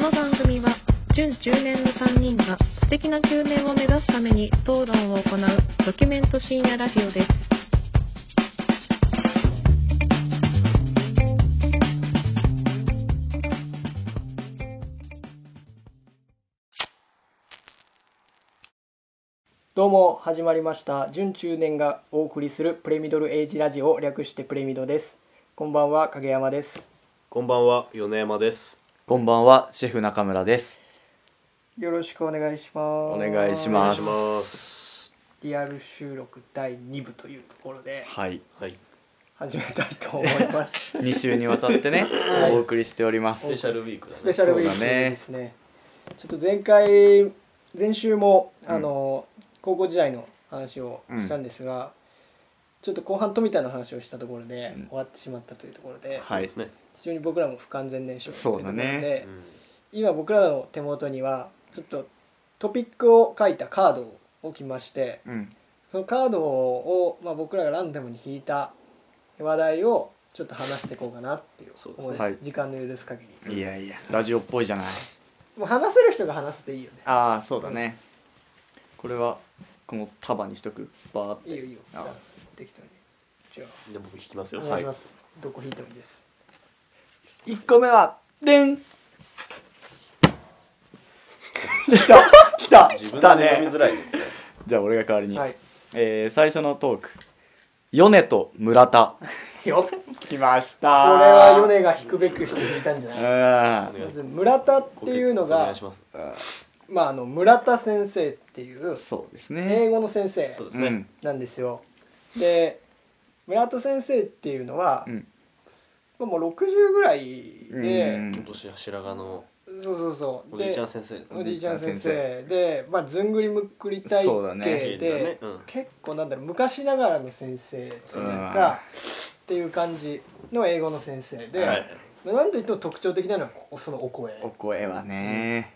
の番組は準10年の3人が素敵な9年を目指すために討論を行うドキュメント深夜ラジオです。 どうも始まりました準中年がお送りするプレミドルエイジラジオ、略してプレミドです。こんばんは、影山です。 こんばんは、米山です。 こんばんは、シェフ中村です。 よろしくお願いします。 お願いします。 お願いします。 リアル収録第2部というところではい始めたいと思います。 2週にわたってね、お送りしております。 スペシャルウィークだね。 スペシャルウィークですね。ちょっと前週も高校時代の話をしたんですが、ちょっと後半富田の話をしたところで終わってしまったというところで、 そうですね。 非常に僕らも不完全燃焼というところで、今僕らの手元にはちょっとトピックを書いたカードを置きまして、そのカードを、僕らがランダムに引いた話題をちょっと話していこうかなっていう思いです。時間の許す限り。 いやいや、ラジオっぽいじゃない。 もう話せる人が話せていいよね。 ああ、そうだね。これはこの束にしとく。バーって。 いいよいいよ。じゃあ適当に。じゃあ僕引きますよ。 お願いします。どこ引いてもいいです。 1個目はでん。来た自分で読みづらいね。 じゃあ俺が代わりに、 はい。 最初のトーク、米と村田よ来ましこた。 れは米が引くべくして引いたんじゃない。まず村田っていうのお願がいします。 村田先生っていうそうですね。 英語の先生そうですね。 なんですよ。で村田先生っていうのは、もう60ぐらいで、 今年白髪のそうおじいちゃん先生。 おじいちゃん先生で、ずんぐりむっくり体型で、結構昔ながらの先生というかっていう感じの英語の先生で、なんといっても特徴的なのはそのお声。 お声はね。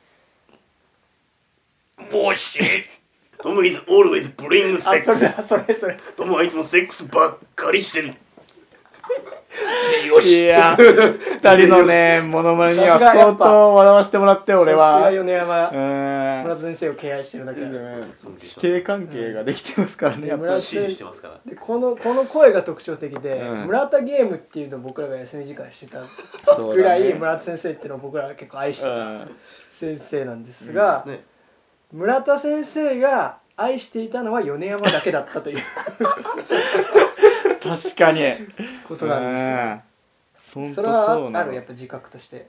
Bullshit! トム is always bring sex. それ。 トムはいつもセックスばっかりしてる。 いや、二人のね、モノマネには相当笑わせてもらって、俺は。 さすが米山、村田先生を敬愛してるだけだ。 師弟関係ができてますからね。 指示してますから。 でこの声が特徴的で、村田ゲームっていうのを僕らが休み時間してたぐらい、村田先生っていうのを僕らが結構愛してた先生なんですが、村田先生が愛していたのは米山だけだったという確かにことなんですよ。それはある、やっぱ自覚として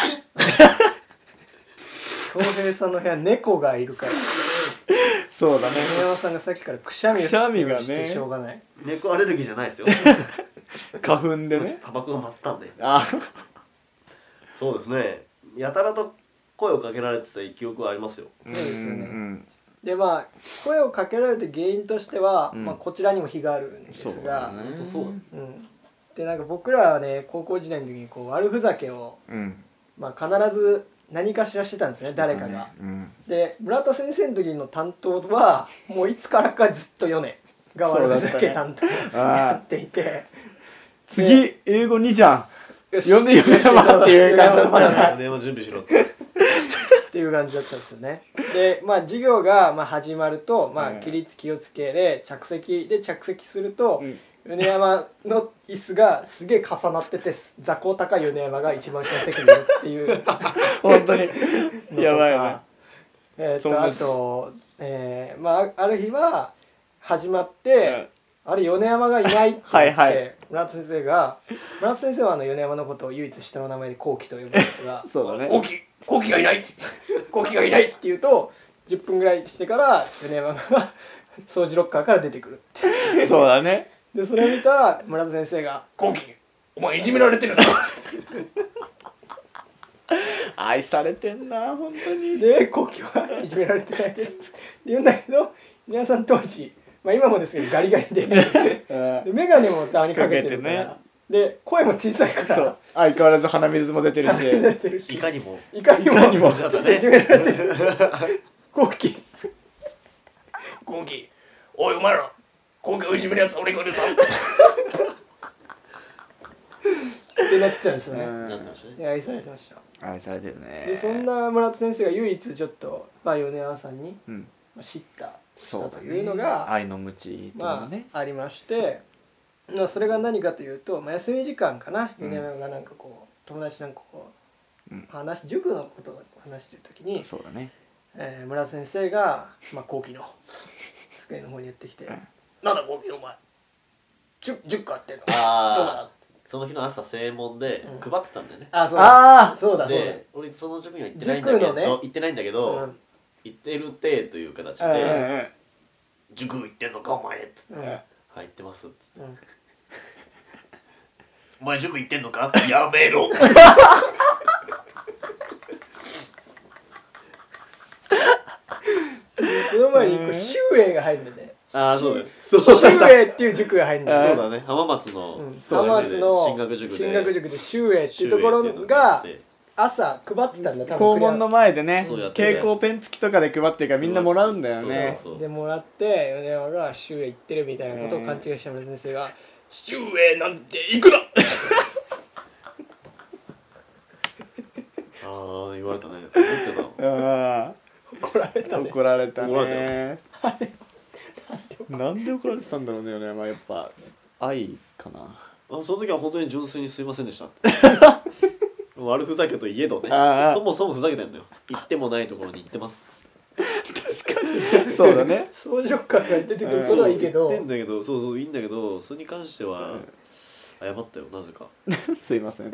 恭平さんの部屋猫がいるから。 そうだね。 米山さんがさっきからくしゃみをしてしょうがない。 猫アレルギーじゃないですよ。 花粉でね。 タバコが舞ったんで。そうですね。やたらと声をかけられてた記憶はありますよ。 そうですよね。で声をかけられた原因としては、こちらにも非があるんですが、で僕らはね、高校時代の時に悪ふざけを、必ず何かしらしてたんですね、誰かが。で村田先生の時の担当はもういつからかずっと米が悪ふざけ担当やっていて、 次英語2じゃん、呼んで米山っていう感じだったね。 米山準備しろっていう感じだったんですよね。で授業が始まると起立気をつけれ着席すると、米山の椅子がすげえ重なってて、座高高い米山が一番下の席にいるっていう本当にやばいよね。 あとある日は始まって、あれ米山がいないって言って村田先生は米山のことを唯一下の名前でコウキと呼ぶんですがそうだね、 コウキがいないコウキがいないって言うと10分ぐらいしてから米山が掃除ロッカーから出てくるってそうだね。 でそれを見た村田先生が「コウキお前いじめられてるな」 愛されてんな本当に。 でコウキはいじめられてないですって言うんだけど、皆さん当時今もですけどガリガリで眼鏡もたまにかけてるから、で声も小さいから相変わらず鼻水も出てるしいかにもいじめられてるコウキおいお前らコウキをいじめるやつ俺がいるさってってなってたんですよね。 なってましたね。 愛されてました。 愛されてるね。 でそんな村田先生が唯一ちょっと米山さんにうん知ったそうというのが愛の無知とかね、 ありまして、それが何かというと、休み時間かな、米山がなんかこう友達なんかこう塾のことを話してる時に、 そうだね、 村田先生が後期の机の方にやってきて「なんだ後期お前10個あってんのどうだ?」 その日の朝正門で配ってたんだよね。 そうだで俺その塾には行ってないんだけど、行ってるてという形で「塾行ってんのかお前」っつって「はい行ってます」っつって「お前塾行ってんのかやめろ」 その前に秀英が入るんだね。 そうだよ。 秀英っていう塾が入るんですよ。 そうだね。浜松の進学塾で秀英っていうところが朝配ってたんだ。 校門の前でね、蛍光ペン付きとかで配ってるからみんなもらうんだよね。 でもらって米山が秀英行ってるみたいなことを勘違いした村先生が「秀英なんて行くな!」 言われたね。 怒られたね。 怒られたね。なんで怒られてたんだろうね。やっぱ愛かな。 その時は本当に純粋にすいませんでした悪ふざけといえどね、そもそもふざけてんのよ。行ってもないところに行ってます確かにそうだね。 掃除力から出てくることはいいけど、 言ってんだけど、そういいんだけど、それに関しては謝ったよ、なぜか。 すいません。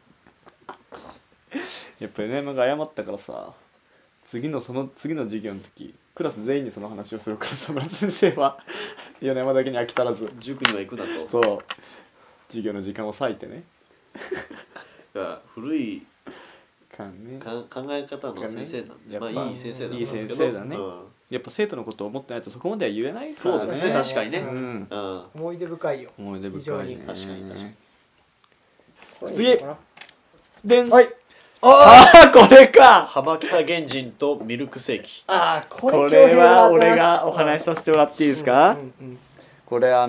やっぱ米山が謝ったからさ、次の授業の時クラス全員にその話をするからさ、村田先生は米山だけに飽き足らず塾には行くなと。 そう授業の時間を割いてね。 だから古い考え方の先生なんで、いい先生なんですけど、いい先生だね。やっぱ生徒のことを思ってないとそこまでは言えないからね。 そうですね、確かにね。 思い出深いよ。 思い出深いね。 確かに。 次でん。 はい。 これか。 幅北原人とミルクセーキ。 これは俺がお話しさせてもらっていいですか。これ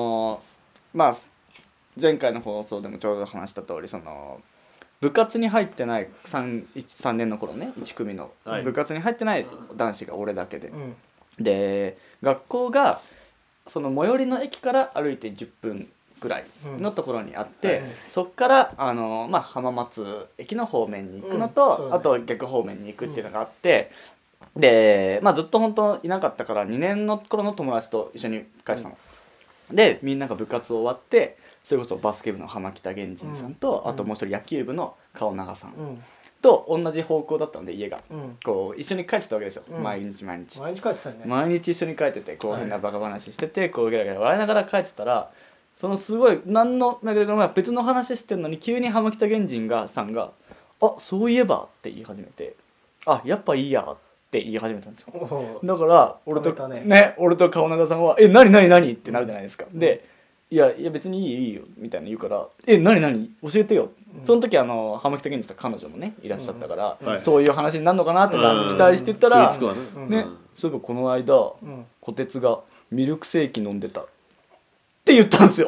前回の放送でもちょうど話した通り、その部活に入ってない3年の頃ね、1組の部活に入ってない男子が俺だけで、で学校がその最寄りの駅から歩いて10分くらいのところにあって、そっから浜松駅の方面に行くのと、あと逆方面に行くっていうのがあって、でずっと本当いなかったから2年の頃の友達と一緒に帰ってたの。でみんなが部活終わって、それこそバスケ部の浜北源人さんと、あともう一人野球部の顔長さんと同じ方向だったので、家がこう一緒に帰ってたわけですよ。毎日帰ってたね。 毎日一緒に帰ってて、こう変なバカ話してて、こうゲラゲラ笑いながら帰ってたら、そのすごい何の別の話してんのに、急に浜北源人さんが「あ、そういえば」って言い始めて「あ、やっぱいいや」って言い始めたんですよ。だから俺と顔長さんは「何?」ってなるじゃないですか。でいや別にいいよみたいな言うから「何教えてよ」その時浜北源人さん彼女もねいらっしゃったから、そういう話になるのかなとか期待してったら、そういえばこの間こてつがミルクセーキ飲んでたって言ったんですよ。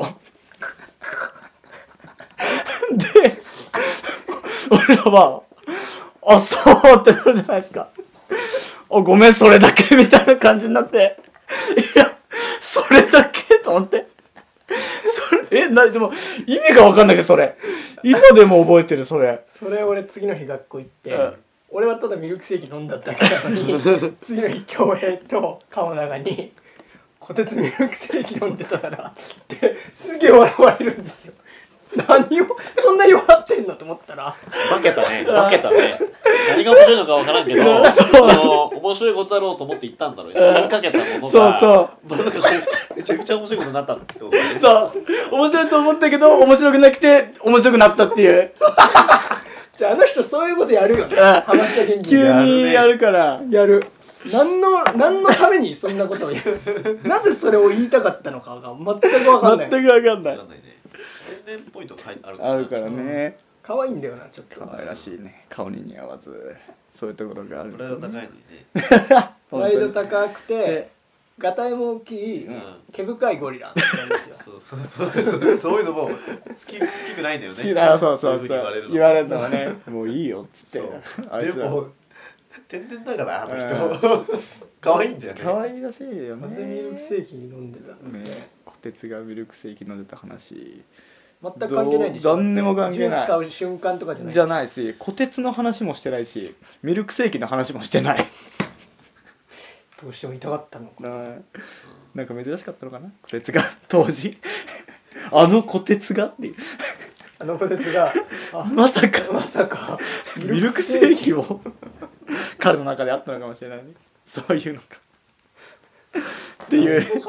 で俺らは「あ、そう」ってなるじゃないですか。ごめん、それだけみたいな感じになって、いやそれだけと思って、でも意味が分かんないけど、それ今でも覚えてる。それ俺次の日学校行って、俺はただミルクセーキ飲んだだけなのに次の日恭平と顔長に「こてつミルクセーキ飲んでたから」ってすげえ笑われるんですよ。何をそんなに笑ってんのと思ったら、 化けたね。何が面白いのか分からんけど、面白いことだろうと思って言ったんだろう。言いかけたものがめちゃくちゃ面白いことになったってことね。 そう面白いと思ったけど面白くなくて面白くなったっていう。 じゃあの人そういうことやるよね。 急にやるからやる。何のためにそんなことを言うなぜそれを言いたかったのかが全く分かんない。 全く分かんない。 天然ポイントがあるからね。 可愛いんだよな、ちょっと可愛らしいね。顔に似合わずそういうところがあるんですよね。プライド高いのにね。 プライド高くてガタイも大きい、毛深いゴリラなんですよ。 そういうのも好きくないんだよね。 そう言われるのはね、もういいよっつって。 でも天然だからあの人可愛いんだよね。 可愛らしいよね。 風ミルクセーキ飲んでたこてつがミルクセーキ飲んでた話全く関係ないでしょ。 何にも関係ない。 ジュース買う瞬間とかじゃないし、こてつの話もしてないし、ミルクセーキの話もしてない。 どうしても痛かったのかな。 なんか珍しかったのかな、こてつが当時あのこてつがっていうあのこてつがまさかミルクセーキを彼の中であったのかもしれないね。そういうのかっていう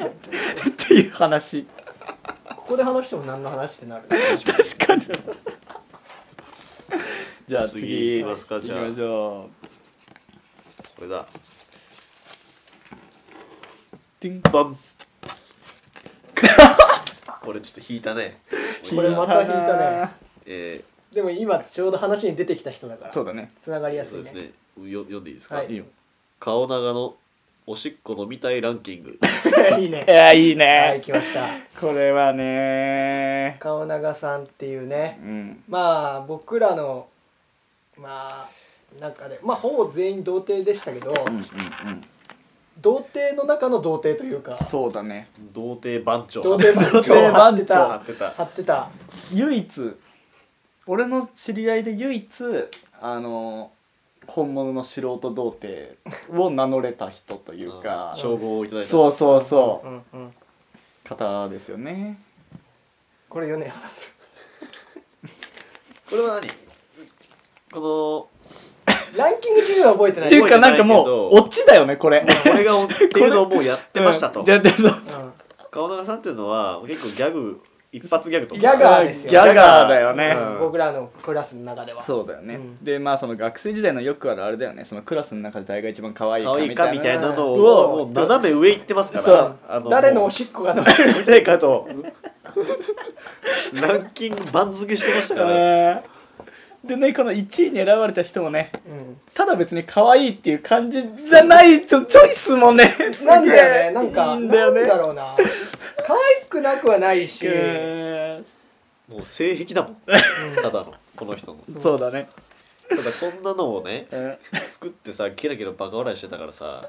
話。 ここで話しても何の話ってなる。 確かにじゃあ次行きますか。じゃあ行きましょう。これだ。 ティンバンこれちょっと引いたね。 これまた引いたね。でも今ちょうど話に出てきた人だから。 そうだね。 つながりやすいね。 そうですね。読んでいいですか。 はい。 いいよ。 顔長のおしっこ飲みたいランキング。 いいね。 いいね。 はい、来ました。 これはね。 顔長さんっていうね。まあ僕らの中でほぼ全員童貞でしたけど。童貞の中の童貞というか。 そうだね。 童貞番長。 童貞番長張ってた。 唯一俺の知り合いで唯一本物の素人童貞を名乗れた人というか称号をいただいた。 そう方ですよね。 これ4年話する。 これは何？このランキング順位は覚えてない。 っていうかなんかもうオチだよねこれ。 俺が追ってるのをもうやってましたと。顔長さんっていうのは結構ギャグ、一発ギャグとか。 ギャガーですよ。 ギャガーだよね。 僕らのクラスの中では。 そうだよね。でその学生時代のよくあるあれだよね。そのクラスの中で誰が一番可愛いかみたいなのを斜め上行ってますから。 誰のおしっこが見たいかとランキング番付してましたからね。 でね、この1位に選ばれた人もね、ただ別に可愛いっていう感じじゃないチョイスもね、 なんだよね、なんかいいんだよね。 なんだろうな、可愛くなくはないし、 もう性癖だもん、ただのこの人の。 そうだね。 ただこんなのをね、作ってさ、キラキラバカ笑いしてたからさ。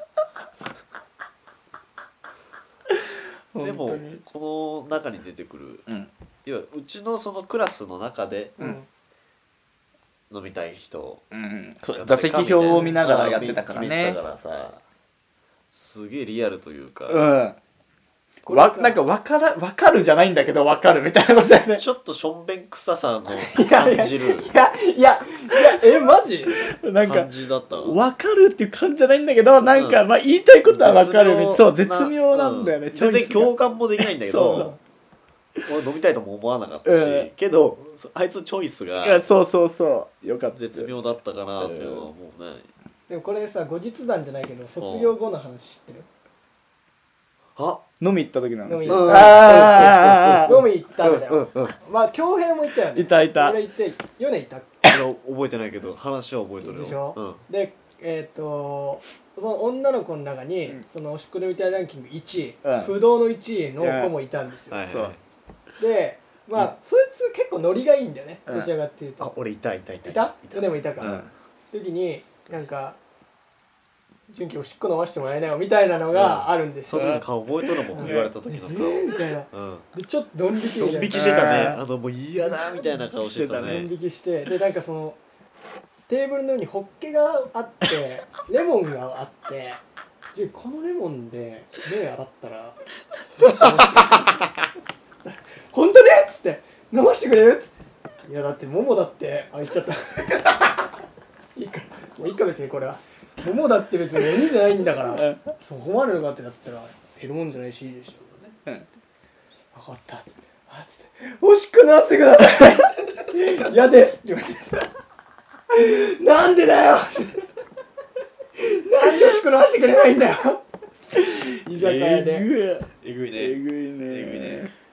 でもこの中に出てくる、要はうちのそのクラスの中で。飲みたい人、 座席表を見ながらやってたからね。 だからさ、すげえリアルというか、 なんか分かるじゃないんだけど分かるみたいなことだよね。 ちょっとしょんべん臭さの感じる。 いやマジなんか感じだった。 分かるっていう感じじゃないんだけど、なんか言いたいことは分かる。そう、絶妙なんだよね。 全然共感もできないんだけど。俺飲みたいとも思わなかったし、けどあいつチョイスがそうよかった、 絶妙だったかなっていうのはもうね。 でもこれさ、後日談じゃないけど卒業後の話知ってる？ 飲み行った時の話。 飲み行ったんだよ。恭平も行ったよね。 いた俺行って4年行った。 覚えてないけど話は覚えてるよ。 でしょ。でその女の子の中にそのおしっこ飲みたいランキング1位、不動の1位の子もいたんですよ。でそいつ結構ノリがいいんだよね、どちらかっていうと。 俺いたでもいたか。時になんか純喜おしっこ飲ましてもらえないよみたいなのがあるんですよ。 その時の顔覚えとるもん、言われた時の顔みたいな。でちょっとドン引きしてたね。もう嫌だみたいな顔してたね。 ドン引きして、でなんかそのテーブルの上にホッケがあってレモンがあって、このレモンで目洗ったら本当にっつって飲ましてくれるっつって、いやだって桃だって言っちゃったいいか別にこれは桃だって別に鬼じゃないんだからそこまでのかってなったら減るもんじゃないしいいでしょ。分かったっつっておしっこ飲ませてください嫌ですって言われてなんでだよなんでおしっこ飲ませてくれないんだよ居酒屋で。 えぐいね。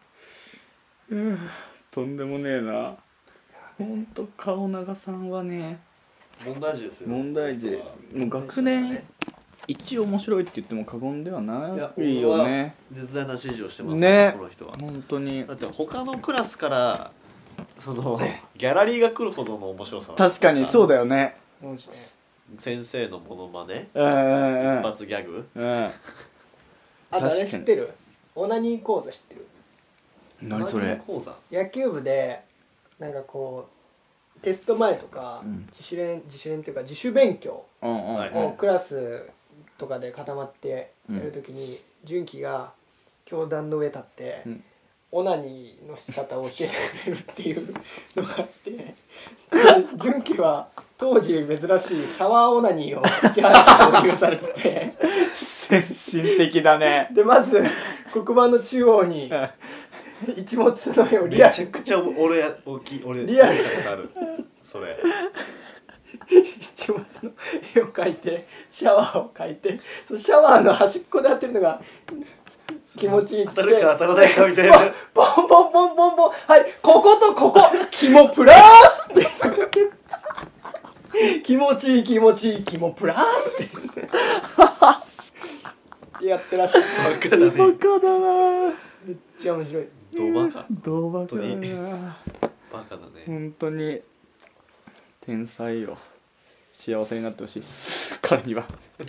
とんでもねえな。ほんと顔長さんはね問題児ですよ。 問題児。もう学年一面白いって言っても過言ではないよね。 絶大な支持をしてますね、 この人は。 本当に。 だって他のクラスからそのギャラリーが来るほどの面白さ。 確かにそうだよね。 先生のモノマネ、 一発ギャグ。 あとあれ知ってる？オナニー講座知ってる？ 何それ？ 野球部でなんかこうテスト前とか、自主練っていうか自主勉強をクラスとかで固まってやるときに、純喜が教壇の上立って、オナニーの仕方を教えてくれるっていうのがあって、純喜は当時珍しいシャワーオナニーを市原さんに要求されてて先進的だね。 でまず黒板の中央に一物の絵をリアル、 めちゃくちゃ俺リアルあるそれ一物の絵を描いてシャワーを描いて、そのシャワーの端っこでやってるのが気持ちいいっつって当たるか当たらないかみたいなボンボンボンボンボン、はい、こことここ肝プラスって気持ちいい気持ちいい肝プラスってやってらっしゃる。 バカだね。 バカだな。 めっちゃ面白い。 ドバカ。 ドバカだな。 バカだね。 本当に天才よ。幸せになってほしいっす彼には。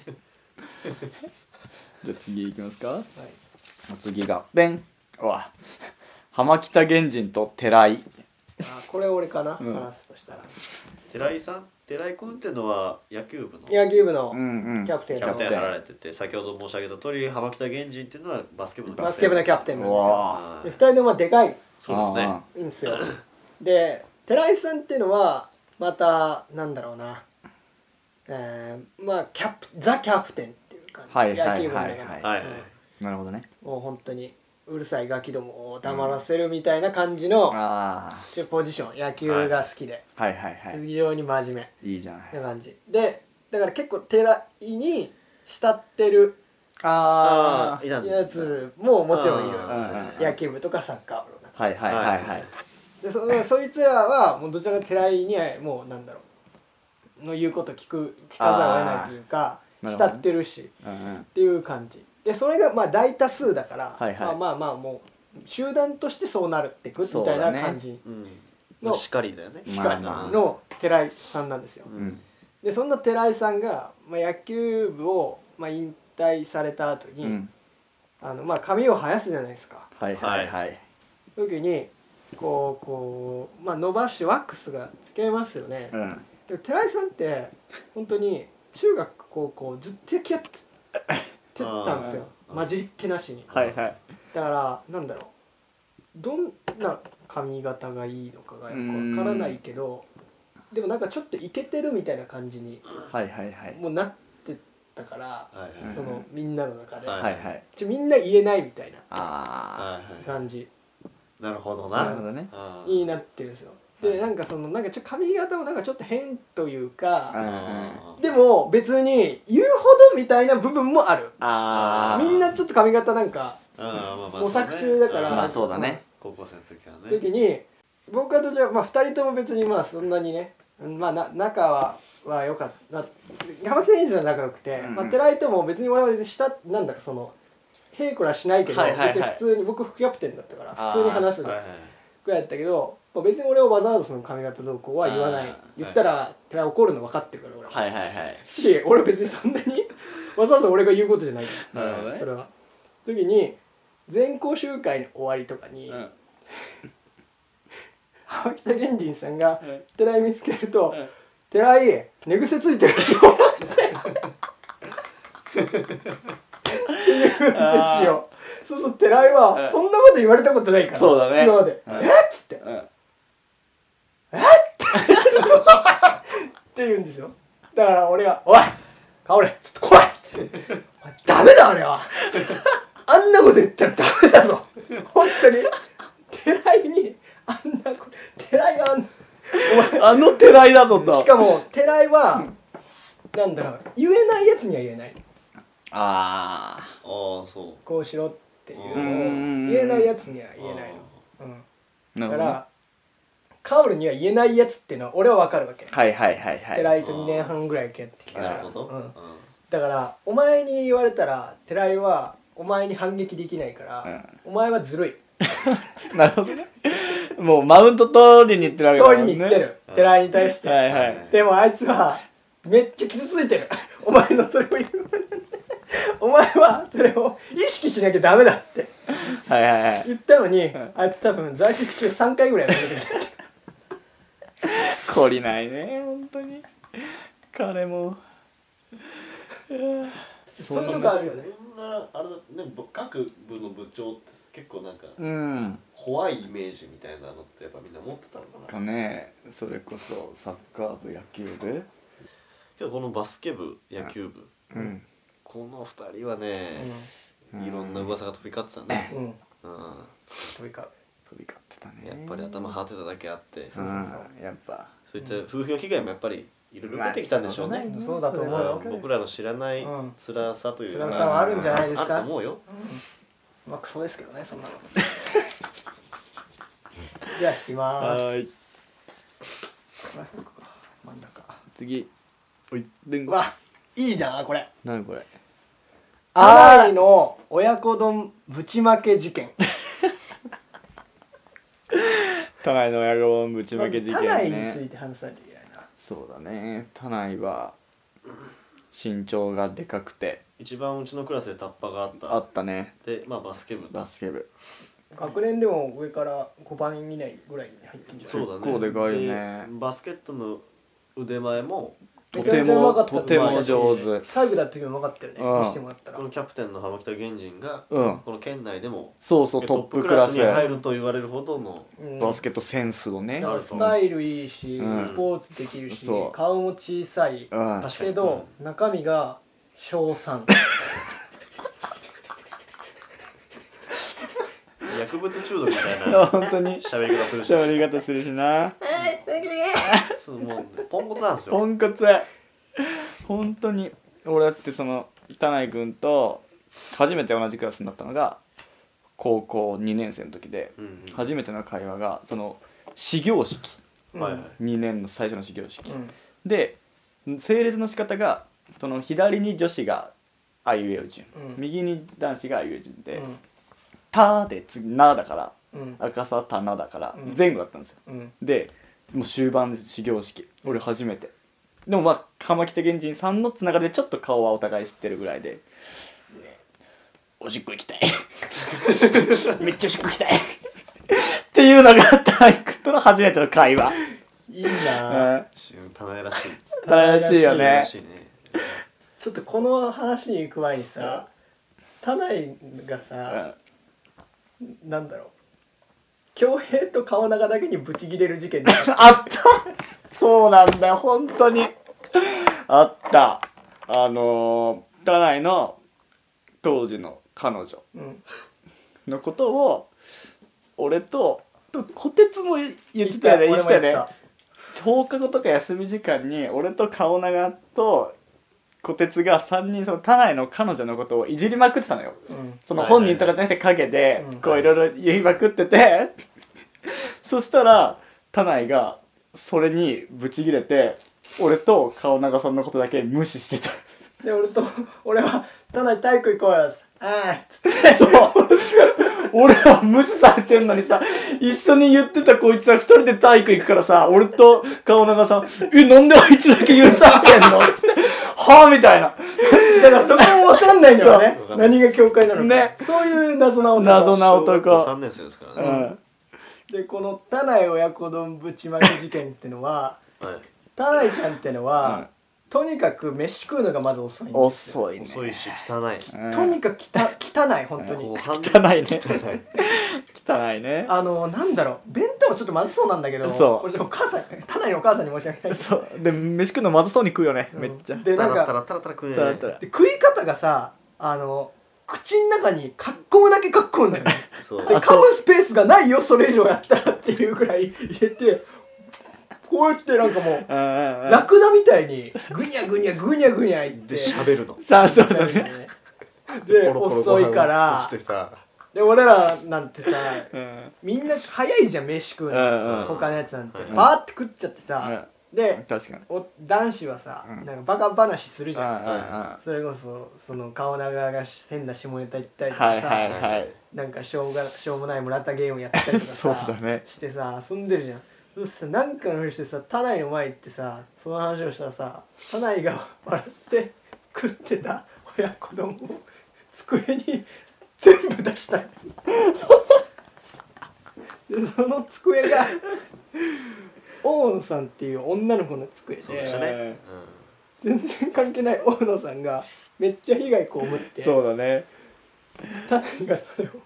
じゃあ次いきますか。はい。次がベン。うわ。浜北源人と寺井。 あ、これ俺かな、話すとしたら。 寺井君っていうのは野球部のキャプテンやられてて、先ほど申し上げた通り浜北源人っていうのはバスケ部のキャプテンなんですよ。2人ともでかい。 そうですね。 いいんですよ。で寺井さんっていうのはまたなんだろうな、まあザ・キャプテンっていう感じ。野球部の中で。 なるほどね。 もう本当にうるさいガキどもを黙らせるみたいな感じのポジション、野球が好きで、非常に真面目いいじゃないな感じで、だから結構寺井に慕ってるやつももちろんいる。野球部とかサッカー部の中で、そいつらはもうどちらか寺井にはもうなんだろうの言うこと聞かざるを得ないというか、慕ってるしっていう感じで、それがまあ大多数だから、まあもう集団としてそうなるってくみたいな感じの光だよね。 光の寺井さんなんですよ。でそんな寺井さんが野球部を引退された後に髪を生やすじゃないですか。時にこう伸ばしてワックスがつけますよね。で寺井さんって本当に中学高校ずっと野球やってたんですよ、混じりっ気なしに。だからなんだろう、どんな髪型がいいのかがよくわからないけど、でもなんかちょっとイケてるみたいな感じにもうなってたから、そのみんなの中でみんな言えないみたいな感じ。 なるほどな。 になってるんですよ。でなんかちょっと髪型もなんかちょっと変というか、でも別に言うほどみたいな部分もある。みんなちょっと髪型なんか模索中だから、 そうだね。 高校生の時に僕はどちら2人とも別にそんなにね、仲は良かった。浜北源人さん仲良くて、寺井とも別に俺は別になんだろう、そのへいこらしないけど、別に普通に僕副キャプテンだったから普通に話すぐらいだったけど、別に俺はわざわざその髪型どうこうは言わない。言ったら寺井怒るの分かってるから俺は。し俺別にそんなにわざわざ俺が言うことじゃない。それは時に全校集会の終わりとかに浜北源人さんが寺井見つけると「寺井寝癖ついてるよ」って言うんですよ。そうそう、寺井はそんなこと言われたことないから、 そうだね、 今まで「えっ?」つって「えっ?」って言うんですよ。だから俺が「おい薫ちょっと来い!」っつって「ダメだあれはあんなこと言ったらダメだぞ本当に寺井にあんなこと寺井があの寺井だぞと。 しかも寺井はなんだろう、言えないやつには言えない。 そうこうしろっていうのを言えないやつには言えないの。だからカオルには言えないやつっていうのは俺は分かるわけ。寺井と2年半ぐらいやってきたから。 だからお前に言われたら寺井はお前に反撃できないから、お前はずるい。 なるほどね。もうマウント取りに行ってるわけだもんね。 取りに行ってる、寺井に対して。 はいはい。 でもあいつはめっちゃ傷ついてる。お前のそれを言うお前はそれを意識しなきゃダメだってはいはいはい言ったのに、あいつ多分在籍中3回ぐらいやめてた。懲りないね本当に彼も。 そういうとこあるよね。 そんなあれだね、各部の部長って結構なんか、 怖いイメージみたいなのってやっぱみんな持ってたのかな。 ね、それこそサッカー部野球部。 けどこのバスケ部野球部、この2人はね、いろんな噂が飛び交ってたね。 飛び交ってたね。 やっぱり頭張ってただけあって、 やっぱそういった風評被害もやっぱりいろいろ出てきたんでしょうね。 そうだと思うよ。 僕らの知らない辛さという辛さはあるんじゃないですか。 あると思うよ。 まあクソですけどね、そんなの。じゃあ引きまーす。はい。真ん中。 次。 うわ、いいじゃんこれ。 何これ。 田内の親子丼ぶちまけ事件。 田内の親子丼ぶちまけ事件ね。 田内について話されていないな。 そうだね。田内は身長がでかくて一番うちのクラスでタッパがあったね。 で、まあバスケ部学年でも上から5番以内ぐらいに入ってんじゃない。 そうだね。 結構でかいね。 バスケットの腕前もとても上手。 体育だった時もうまかったよね。見せてもらったら。 このキャプテンの浜北源人がこの県内でもそうトップクラスに入ると言われるほどのバスケットセンスをね。 スタイルいいし、スポーツできるし、顔も小さいけど中身が小3。 薬物中毒みたいな本当に喋り方するし。 喋り方するしな。 もうポンコツなんですよ。 ポンコツ。本当に俺だってその田内君と初めて同じクラスになったのが高校2年生の時で、初めての会話がその始業式、2年の最初の始業式、で整列の仕方がその左に女子があいうえお順、右に男子があいうえお順で、たで次なだから、赤さたなだから前後だったんですよ。でもう終盤です始業式、俺初めてでもまあ浜北源人さんのつながりでちょっと顔はお互い知ってるぐらいで、おしっこ行きたいめっちゃおしっこ行きたいっていうのが体育との初めての会話。 いいな。 田内らしい。 田内らしいよね。 ちょっとこの話に行く前にさ、田内がさ、なんだろう、恭平と川永だけにブチギレる事件あったそうなんだよ本当にあった。田内の当時の彼女のことを俺と小鉄も言ってたよね。言ってたよね。放課後とか休み時間に俺と顔長と小鉄が3人その田内の彼女のことをいじりまくってたのよ。その本人とかじゃなくて陰でこういろいろ言いまくっててそしたら田内がそれにブチギレて俺と顔長さんのことだけ無視してた。 で俺は田内体育行こうよっつってそう俺は無視されてんのにさ、一緒に言ってたこいつは2人で体育行くからさ、俺と顔長さんなんであいつだけ許されてんのっつってはぁみたいな。 だからそこも分かんないんだよね。何が境界なのかね。そういう謎な男。 3年生ですからね。 でこの田内親子丼ぶちまけ事件ってのは、田内ちゃんってのは、とにかく飯食うのがまず遅いんですよ。 遅いし汚い。 とにかく汚い本当に。 汚いね。汚いね。 なんだろう、弁当もちょっまずそうなんだけど、これお母さん、田内のお母さんに申し訳ない。 そうで飯食うのまずそうに食うよね、めっちゃ。 でなんか食い方がさ、口の中にかっこむだけかっこむんだよね。で噛むスペースがないよそれ以上やったらっていうぐらい入れて。こうやってなんかもうラクダみたいにグニャグニャグニャグニャ言って喋るの。 さあそうだね。 で遅いからで俺らなんてさ、みんな早いじゃん飯食うの。他のやつなんてバーって食っちゃってさ、 で確かに男子はさ、なんかバカ話するじゃん、それこそその顔長が変な下ネタ言ったりとかさ、なんかしょうもない村田ゲームやったりとかさそうだねしてさ遊んでるじゃん。そしてさなんかのふりしてさ田内の前行ってさその話をしたらさ田内が笑って食ってた親子丼を机に全部出したいでその机が大野さんっていう女の子の机で、全然関係ない大野さんがめっちゃ被害被って、 そうだね田中が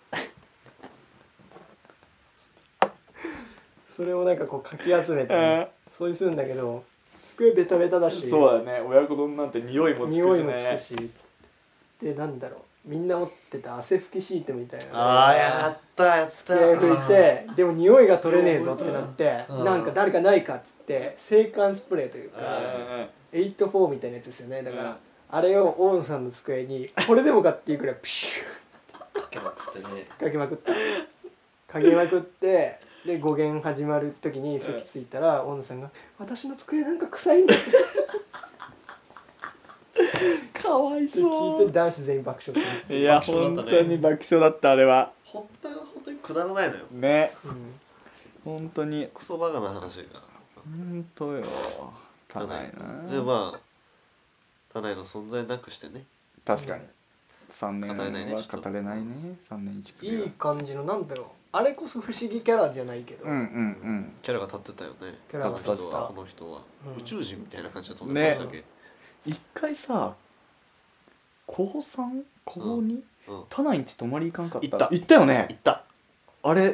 それをなんかこうかき集めて、ねそういうするんだけど机ベタベタだし、 そうだね親子丼なんて匂いもつくしね。 でなんだろうみんな持ってた汗拭きシートみたいなやった机拭いてでも匂いが取れねえぞってなってなんか誰かないかっつって制汗スプレーというか84みたいなやつですよね。だからあれを大野さんの机にこれでもかっていうくらいピシューかけまくってねかけまくってで語源始まる時に席着いたら大野さんが「私の机なんか臭いんだ」 かわいそう聞いて男子全員爆笑する。いや本当に爆笑だったあれは。 本当にくだらないのよね、本当にクソバカな話が本当よ。 田内なでまあ田内の存在なくしてね確かに3年は語れないね3年1組いい感じのなんだろうあれこそ不思議キャラじゃないけど、 キャラが立ってたよね。 キャラが立ってたこの人は、宇宙人みたいな感じだと思いましたっけ。 一回さ高 3? 高 2?、田内んち泊まり行かんかった。行ったよね。 行った。 あれ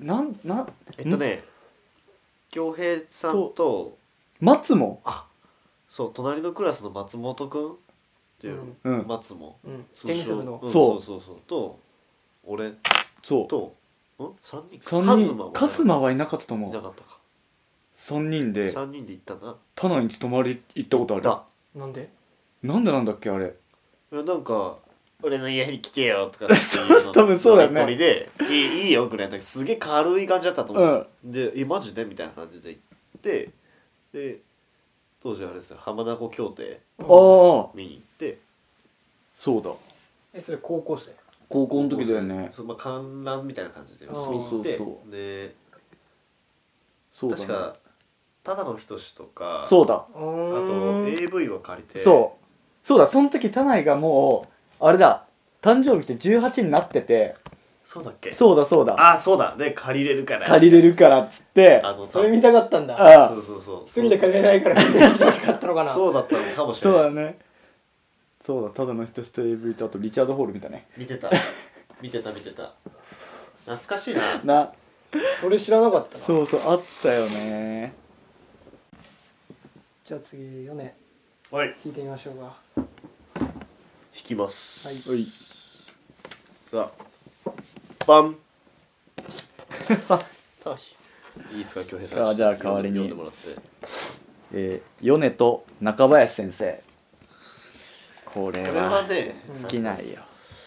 恭平さんと松もそう隣のクラスの松本くんっていう、松も、 テニス部のそうと俺と3人カズマはいなかったと思う。 いなかったか。 3人で行ったな。 田内んち泊まり行ったことある。なんでなんだっけあれ。 いやなんか俺の家に来てよとかっていうの多分そうだよね。 鳥でいいよぐらいだけどすげえ軽い感じだったと思う。でマジでみたいな感じで行ってで当時あれですよ浜名湖協定見に行って。 そうだ。 それ高校の時だよね。 観覧みたいな感じで見に行ってで確か只野仁とかそうだあと AV を借りてそうだその時田内がもうあれだ誕生日って18になっててそうだっけ。 そうだそうだで借りれるからっつってそれ見たかったんだ。 そうすぎて借りれないから見てほしかったのかな。 そうだったのかもしれない。 そうだね。そうだ只野仁と AV とあとリチャード・ホール見たね。 見てた懐かしいなそれ知らなかったな。 そうあったよね。 じゃあ次よねはい弾いてみましょうか。 弾きます。 はいさあバンいいですか恭平さん。 じゃあ代わりに読んでもらって米と中林先生。これはね好きないよ。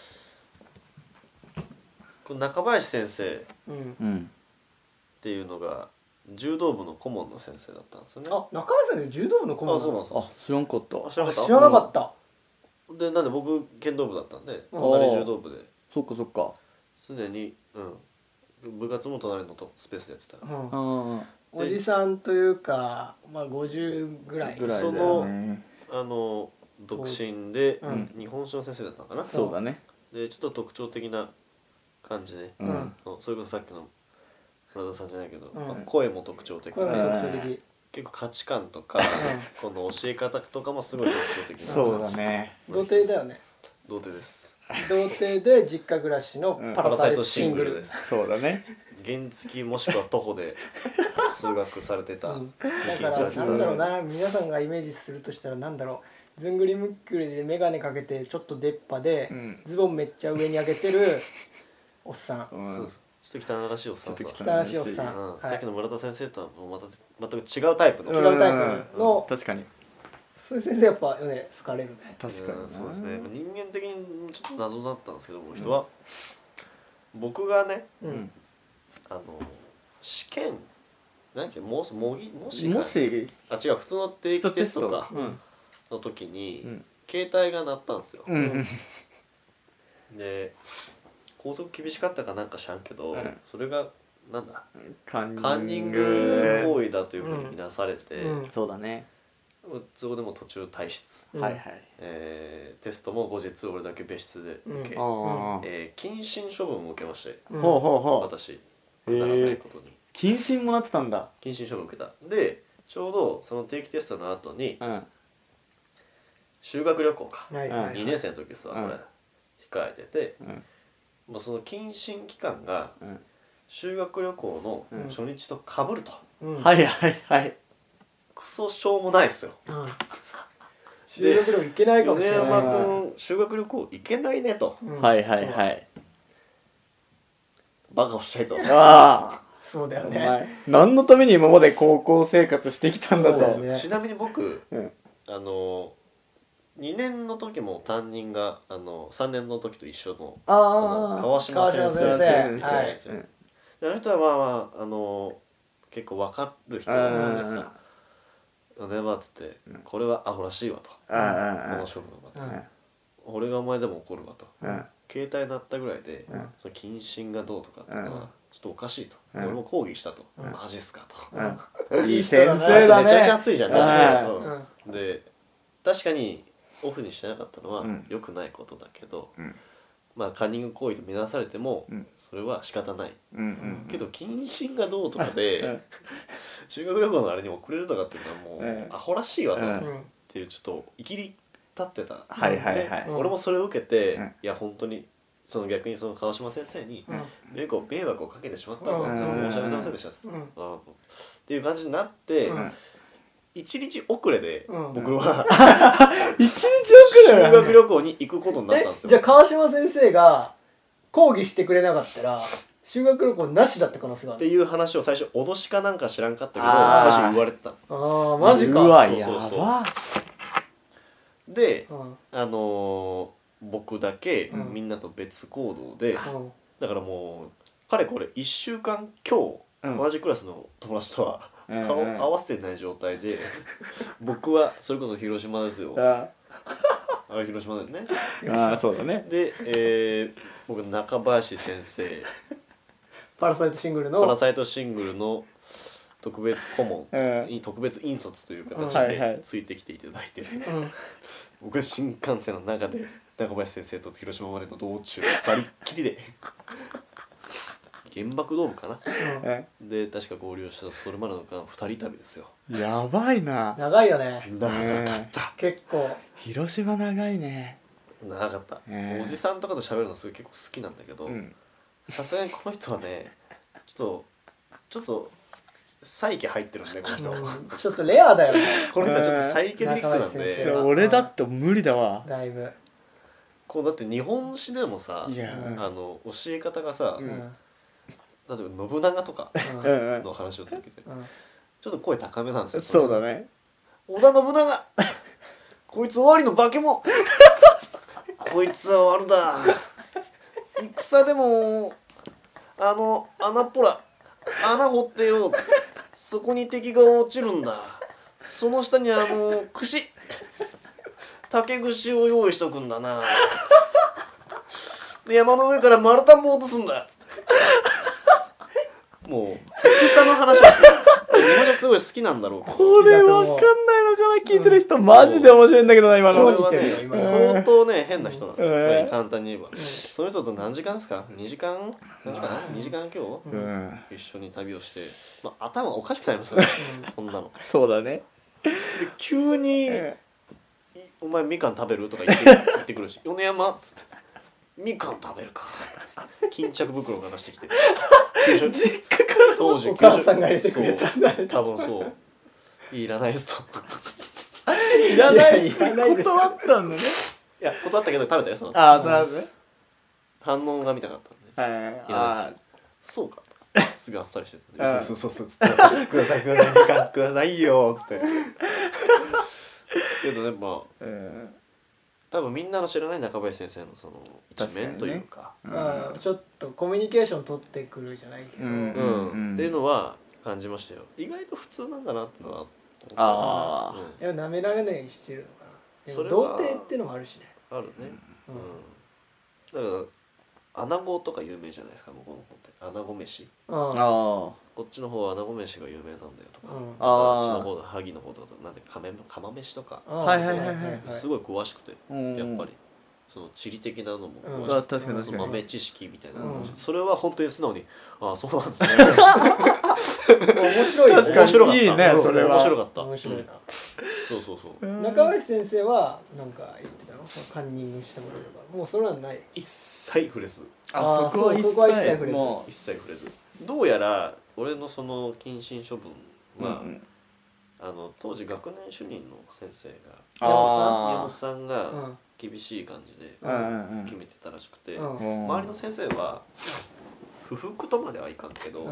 この中林先生っていうのが柔道部の顧問の先生だったんですよね。 中林先生柔道部の顧問そうなんですよ。 知らんかった。 知らなかった。 でなんで僕剣道部だったんで隣柔道部でそっか常に部活も隣のスペースでやってた。 おじさんというか50ぐらいその独身で日本史の先生だったのかな。 そうだね。 でちょっと特徴的な感じでそれこそさっきの村田さんじゃないけど声も特徴的で結構価値観とかこの教え方とかもすごい特徴的な。 そうだね。 童貞だよね。 童貞です。 童貞で実家暮らしのパラサイトシングルです。 そうだね。 原付もしくは徒歩で通学されてた。 だからなんだろうな皆さんがイメージするとしたらなんだろうずんぐりむっくりで眼鏡かけてちょっと出っ歯でズボンめっちゃ上に上げてるおっさん。 そうです。ちょっと汚らしいおっさん。 汚らしいおっさん。 さっきの村田先生とはまた全く違うタイプの。 確かに。 そういう先生やっぱね好かれるね。 確かに。 そうですね。人間的にちょっと謎だったんですけどこの人は僕がね試験なんかもしあ違う普通の定期テストかの時に携帯が鳴ったんですよ。で校則厳しかったかなんか知らんけど、それがなんだカンニング行為だというふうに見なされて、 そうだね。 そこでも途中退出、 はいはい。 テストも後日俺だけ別室で受け、謹慎処分を受けまして、私くだらないことに謹慎もらってたんだ。 謹慎処分を受けた。でちょうどその定期テストの後に、修学旅行か、2年生の時ですわこれ、控えてて、もうその謹慎期間が修学旅行の初日と被ると、 はいはいはい。 クソしょうもないですよ。 修学旅行行けないかもしれない。 米山君修学旅行行けないねと、 はいはいはい。 バカをしたいと。 ああそうだよね。 何のために今まで高校生活してきたんだと。 ちなみに僕、2年の時も担任が3年の時と一緒の川島先生ですよ。あの人はまあ結構分かる人なんですが「ねま」っつって「これはアホらしいわ」と「この処分は」と「俺がお前でも怒るわ」と「携帯鳴ったぐらいでその謹慎がどうとかっていうのはちょっとおかしい」と「俺も抗議した」と「マジっすか」といい先生だね。 めちゃめちゃ熱いじゃん。で確かにオフにしてなかったのは良くないことだけど、まあカンニング行為と見なされてもそれは仕方ない、けど謹慎がどうとかで修学旅行のあれに遅れるとかっていうのはもうアホらしいわとっていうちょっといきり立ってた。俺もそれを受けて、いや本当にその逆にその川島先生に迷惑をかけてしまったと、申し訳ございませんでしたっていう感じになって、1日遅れで僕は 1日遅れ修学旅行に行くことになったんですよ。 じゃあ川島先生が抗議してくれなかったら修学旅行なしだった可能性があるっていう話を最初脅しかなんか知らんかったけど最初言われてた。 ああマジか。 うわやば。 で僕だけみんなと別行動で、だからもうかれこれ1週間今日同じクラスの友達とは顔合わせてない状態で僕はそれこそ広島ですよ。あれ広島だよね。 ああそうだね。 で、僕中林先生パラサイトシングルの特別顧問、特別引率という形でついてきていただいて、僕は新幹線の中で中林先生と広島までの道中バリッキリで原爆ドームかな、で確か合流したそれまでの間2人旅ですよ。 やばいな。 長いよね。 長かった。 結構広島長いね。 長かった。おじさんとかと喋るのすごい結構好きなんだけど、さすがにこの人はねちょっとサイケ入ってるんでこの人、 ちょっとレアだよね。 この人はちょっとサイケデリックなんで、 俺だって無理だわ。 だいぶこうだって日本史でもさ、教え方がさ、例えば信長とかの話をするけど、ちょっと声高めなんですよ。 そうだね。 織田信長こいつ終わりの化け物こいつは悪だ戦でも穴っぽら穴掘ってよそこに敵が落ちるんだその下に串竹串を用意しとくんだなで山の上から丸太も落とすんだもう戦の話は日本書すごい好きなんだろう。 これわかんないのかな聞いてる人、マジで面白いんだけどな今の。 それはね相当ね変な人なんですよ、簡単に言えば。その人と何時間ですか2時間何時間2時間今日、一緒に旅をして、頭おかしくなりますよねこんなの。 そうだね。 で急に「お前みかん食べる?」とか言ってくるし「米山」っつって「みかん食べるか」巾着袋が出してきて実家から当時お母さんが入れてくれたんだね。 多分そういらないですといらない断ったんだね。 いや断ったけど食べたよその。 ああそうなんですね。 反応が見たかったんで。いらないです。そうかすぐあっさりしてそうつってくださいみかんくださいよつってけどね多分みんなの知らない中林先生のその一面というか、 ちょっとコミュニケーション取ってくるじゃないけど、 っていうのは感じましたよ。意外と普通なんだなってのは。 ああ、舐められないようにしてるのかな。でも童貞ってのもあるしね。 あるね。だから穴子とか有名じゃないですか、向こうの方って。穴子飯。こっちの方は穴子飯が有名なんだよとか、あっちの方だ萩の方とかなんで釜飯とか、すごい詳しくて、やっぱりその地理的なのも詳しくて、豆知識みたいな、それは本当に素直にああそうなんですね。 面白い、 面白かった。 いいね、それは面白かった。 面白いな。 そう中林先生はなんか言ってたの、カンニングしたこととか。もうそれはない。 一切触れず。 そこは一切触れず。 一切触れず。どうやら俺のその謹慎処分は、当時学年主任の先生が宮本さんが厳しい感じで決めてたらしくて、周りの先生は不服とまではいかんけど、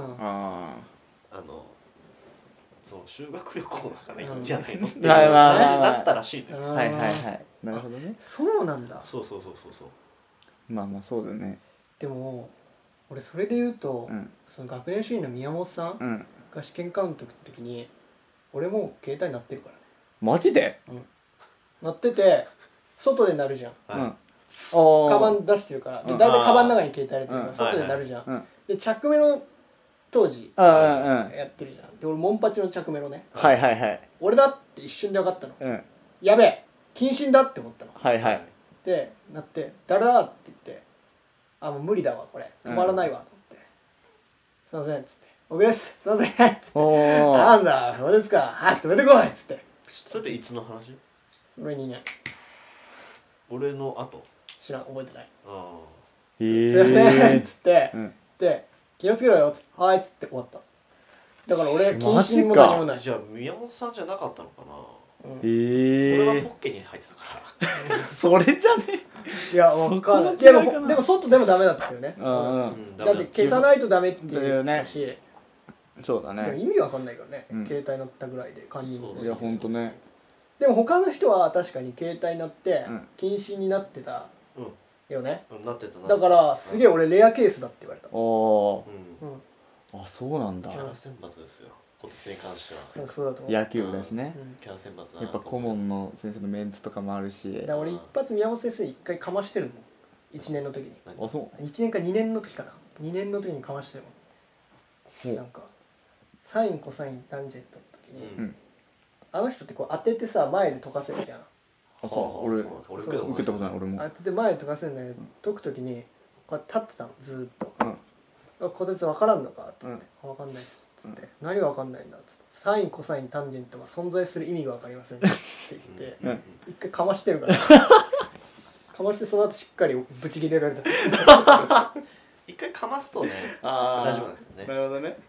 そう修学旅行だからいいんじゃないのっていう感じだったらしいのよ。 はいはいはい、なるほどね。 そうなんだ。 そうまあそうだね。 でも俺それで言うと、その学年主任の宮本さんが試験監督の時に俺も携帯鳴ってるからね。 マジで？ 鳴ってて外で鳴るじゃん。カバン出してるから、だいたいカバンの中に携帯入れてるから外で鳴るじゃん。で着メロ当時やってるじゃん。で俺モンパチの着メロね。俺だって一瞬で分かったの。やべえ謹慎だって思ったの。でなって誰だって言って、あもう無理だわこれ止まらないわと思って、すいませんっつって、僕ですすいませんっつって、なんだそうですか早く止めてこいっつって。 それっていつの話？ 俺2年。 俺の後？ 知らん、覚えてない。 すいませんっつって、で気をつけろよっつって、はいっつって終わった。だから俺謹慎も何もない。 じゃあ宮本さんじゃなかったのかな。 俺はポッケに入ってたからそれじゃね。 いや分かんない。でも外でもダメだったよね。だって消さないとダメっていうし。 そうだね。 意味わかんないからね、携帯乗ったぐらいでカンニング。 いやほんとね。 でも他の人は確かに携帯乗って禁止になってたよね。 なってたな。 だからすげえ俺レアケースだって言われた。 あそうなんだ。 キャラ選抜ですよ。こっちに関しては。 そうだと思う。 野球部だしね。 キャラ選抜やっぱ顧問の先生のメンツとかもあるし。 だから俺一発宮本先生一回かましてるもん。1年の時に。 あそう。 1年か2年の時かな。2年の時にかましてるもん。なんかサインコサインタンジェントの時に、あの人ってこう当ててさ前で解かせるじゃん。 あそう俺受けたことない。俺も当てて前で解かせるんだけど、解く時にこうやって立ってたのずーっと。こてつ分からんのかっつって、分かんないっすっつって、何が分かんないんだっつって、サインコサインタンジェントが存在する意味が分かりませんって言って一回かましてるからかましてその後しっかりブチ切れられた一回かますとね大丈夫なんだよね。 なるほどね。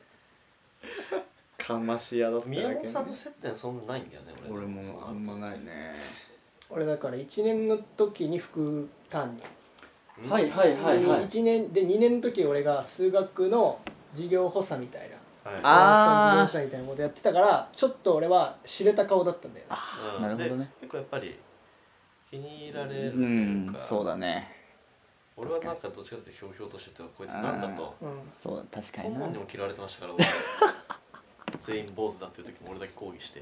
かまし屋だった宮本さんと接点そんなないんだよね。 俺もあんまないね。 俺だから1年の時に副担任、 1 年で2年の時俺が数学の授業補佐みたいな、授業補佐みたいなことやってたからちょっと俺は知れた顔だったんだよね。 なるほどね。 結構やっぱり気に入られるというか、 そうだね。 俺はなんかどっちかというとひょうひょうとしててこいつなんだと、 そうだ確かに顧問にも嫌われてましたから全員坊主だっていう時も俺だけ抗議して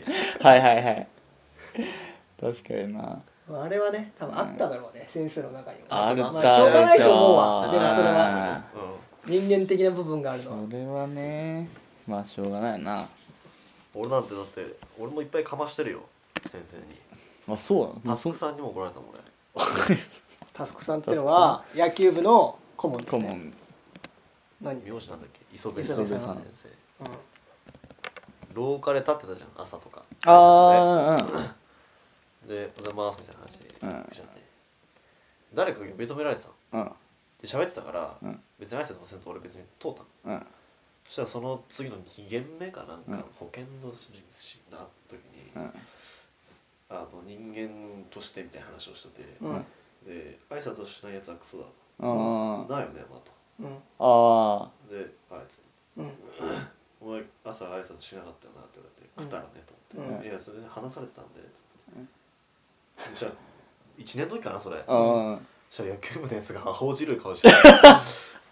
確かにな。 あれはね多分あっただろうね、先生の中には。 あるしょうがないと思うわ。でもそれは人間的な部分があるのは。 それはねまあしょうがないな。 俺なんてだって俺もいっぱいかましてるよ先生に。 あそうなの。 タスクさんにも怒られたもん俺。 タスクさんっていうのは野球部の顧問ですね。 顧問。 何名字なんだっけ？磯部先生。廊下で立ってたじゃん朝とか。でおはようございますみたいな感じで、誰かが呼び止められてたの。で喋ってたから、別に挨拶もせんと俺別に通ったの。そしたらその次の2限目かなんか保健の人な時に、人間としてみたいな話をしてて、で挨拶をしないやつはクソだ。だよねまと。であいつ。お前朝挨拶しなかったよなって言われて、食ったらねと思って、いやそれで話されてたんでつって、じゃあ1年の時かなそれ、そしたら野球部のやつがアホじる顔して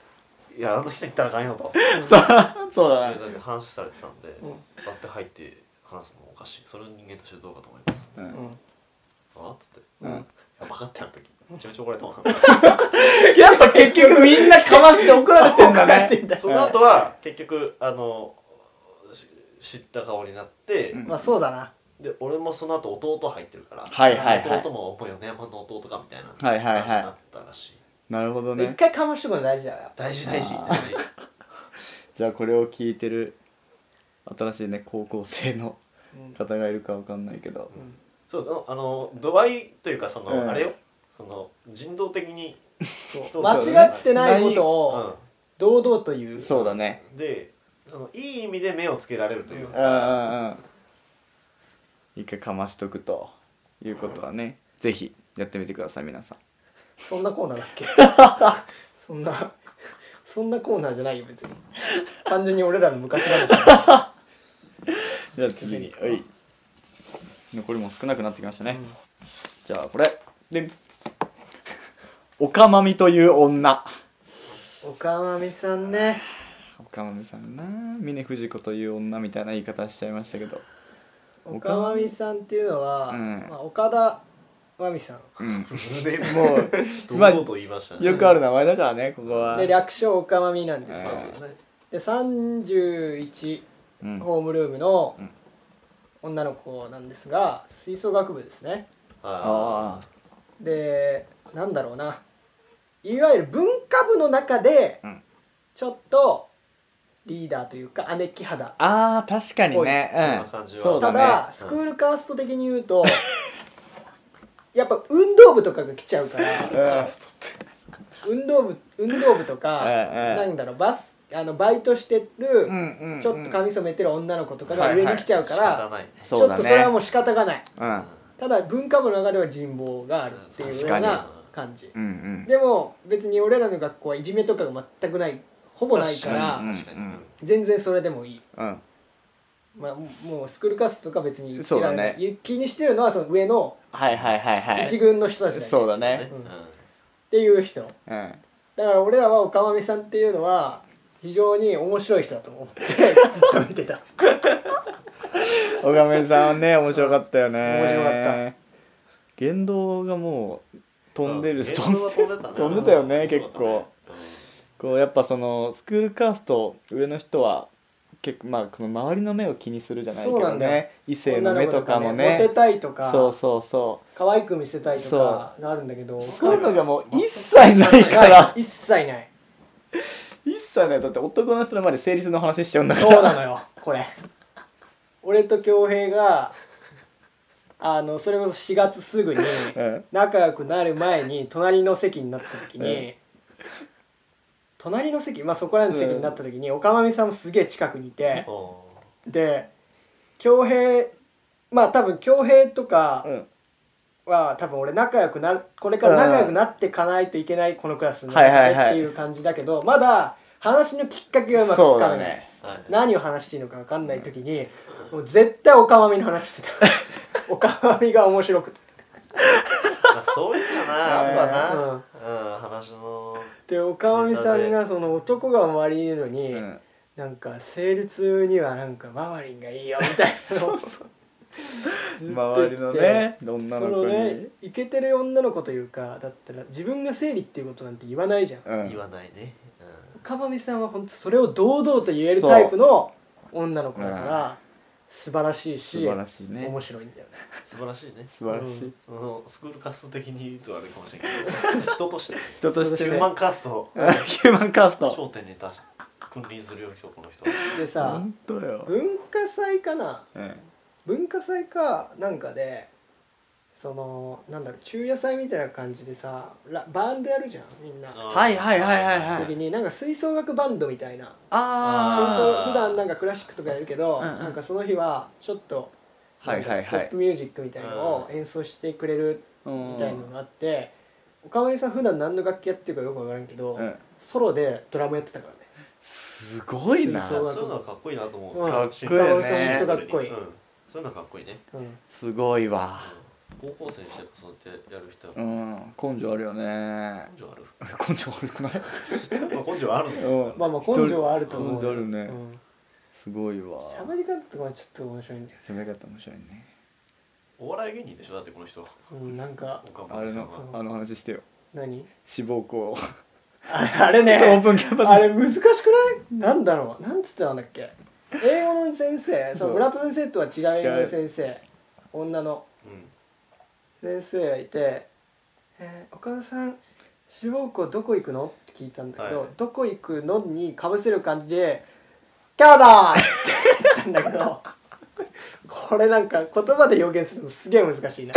いやあの人に言ったらあかんよとそうだね。 だって話されてたんで、割って入って話すのもおかしい、それを人間としてどうかと思います、あっつって、やばかったよあの時めちゃめちゃ怒られたもんやっぱ結局みんなかまして怒られてんだねその後は結局知った顔になって、 まあそうだな。 で俺もその後弟入ってるから、弟ももう米山の弟かみたいな話になったらしい。 なるほどね。 一回かましとくの大事だよ。 大事じゃあこれを聞いてる新しいね高校生の方がいるかわかんないけど、 そう度合いというかあれよ、人道的に間違ってないことを堂々と言う。 そうだね。 でいい意味で目をつけられるというか、 一回かましとくということはね、ぜひやってみてください皆さん。 そんなコーナーだっけそんなコーナーじゃないよ別に。単純に俺らの昔話。 じゃあ次に、はい、残りも少なくなってきましたね、じゃあこれでおかまみという女。 おかまみさんね。 おかまみさんな、峰不二子という女みたいな言い方しちゃいましたけど、 おかまみさんっていうのは、岡田真美さん、 もう堂々と言いましたね。 よくある名前だからねここは。 で略称おかまみなんですよ。で31ホームルームの女の子なんですが、吹奏楽部ですね。でなんだろうな、いわゆる文化部の中でちょっとリーダーというか姉貴肌。 確かにね。 ただスクールカースト的に言うとやっぱ運動部とかが来ちゃうから運動部とかなんだろう、バイトしてるちょっと髪染めてる女の子とかが上に来ちゃうからちょっとそれはもう仕方がない。ただ文化部の中では人望があるっていうような感じ。でも別に俺らの学校はいじめとかが全くない、ほぼないから全然それでもいい。まあもうスクールカーストとか別に気にしてるのはその上の一軍の人たちだけ。 そうだねっていう人。だから俺らはおかまみさんっていうのは非常に面白い人だと思ってずっと見てた。 おかみさんはね面白かったよね。 面白かった。 言動がもう飛んでる、 飛んでたよね結構。こうやっぱそのスクールカースト上の人は結構この周りの目を気にするじゃないけどね、異性の目とかもね、 モテたいとかそう可愛く見せたいとかがあるんだけど、 そういうのがもう一切ないから一切ないだって男の人の前で生理痛の話しちゃうんだから。 そうなのよこれ。俺と恭平がそれこそ4月すぐに仲良くなる前に隣の席になった時に、隣の席、そこらの席になった時におかまみさんもすげえ近くにいて、で恭平多分恭平とかは多分俺これから仲良くなってかないといけないこのクラスの中でっていう感じだけど、まだ話のきっかけがうまくつかめない、何を話していいのか分かんない時にもう絶対おかまみの話してた。おかまみが面白くてそういうかなやっぱな、話のでおかまみさんがその男が周りにいるのに、なんか生理痛にはなんかママリンがいいよみたいなのをずっと周りのね女の子にイケてる女の子というかだったら自分が生理っていうことなんて言わないじゃん、 言わないね。 おかまみさんは本当それを堂々と言えるタイプの女の子だから素晴らしいし面白いんだよね。 素晴らしいね。 素晴らしい。 そのスクールカースト的に言うとあれかもしれないけど人としてヒューマンカースト頂点に君臨するよこの人でさ、文化祭かな、文化祭かなんかでそのなんだろう中野祭みたいな感じでさバンドやるじゃんみんな。時になんか吹奏楽バンドみたいな。普段なんかクラシックとかやるけど、なんかその日はちょっとポップミュージックみたいなのを演奏してくれるみたいなのがあって、岡森さん普段何の楽器やってるかよく分からんけど、ソロでドラムやってたからね。 すごいな。 そういうのはかっこいいなと思う。 かっこいいね。 かっこいい。 そういうのはかっこいいね。 すごいわ。 高校生にしてそうやってやる人は根性あるよね。 根性ある根性悪くない？ 根性あるんだよ。 まあ根性はあると思う。 根性あるね。すごいわ。 喋り方とかはちょっと面白いんだよ。 喋り方面白いね。 お笑い芸人でしょだってこの人。 なんかあの話してよ。 何？ 志望校。 あれね。 オープンキャンパス。 あれ難しくない？なんだろう。なんつってたんだっけ？英語の先生、その村田先生とは違う英語の先生、女の先生がいて、岡田さん志望校どこ行くのって聞いたんだけど、どこ行くのにかぶせる感じでキャーだーって言ったんだけどこれなんか言葉で表現するのすげえ難しいな。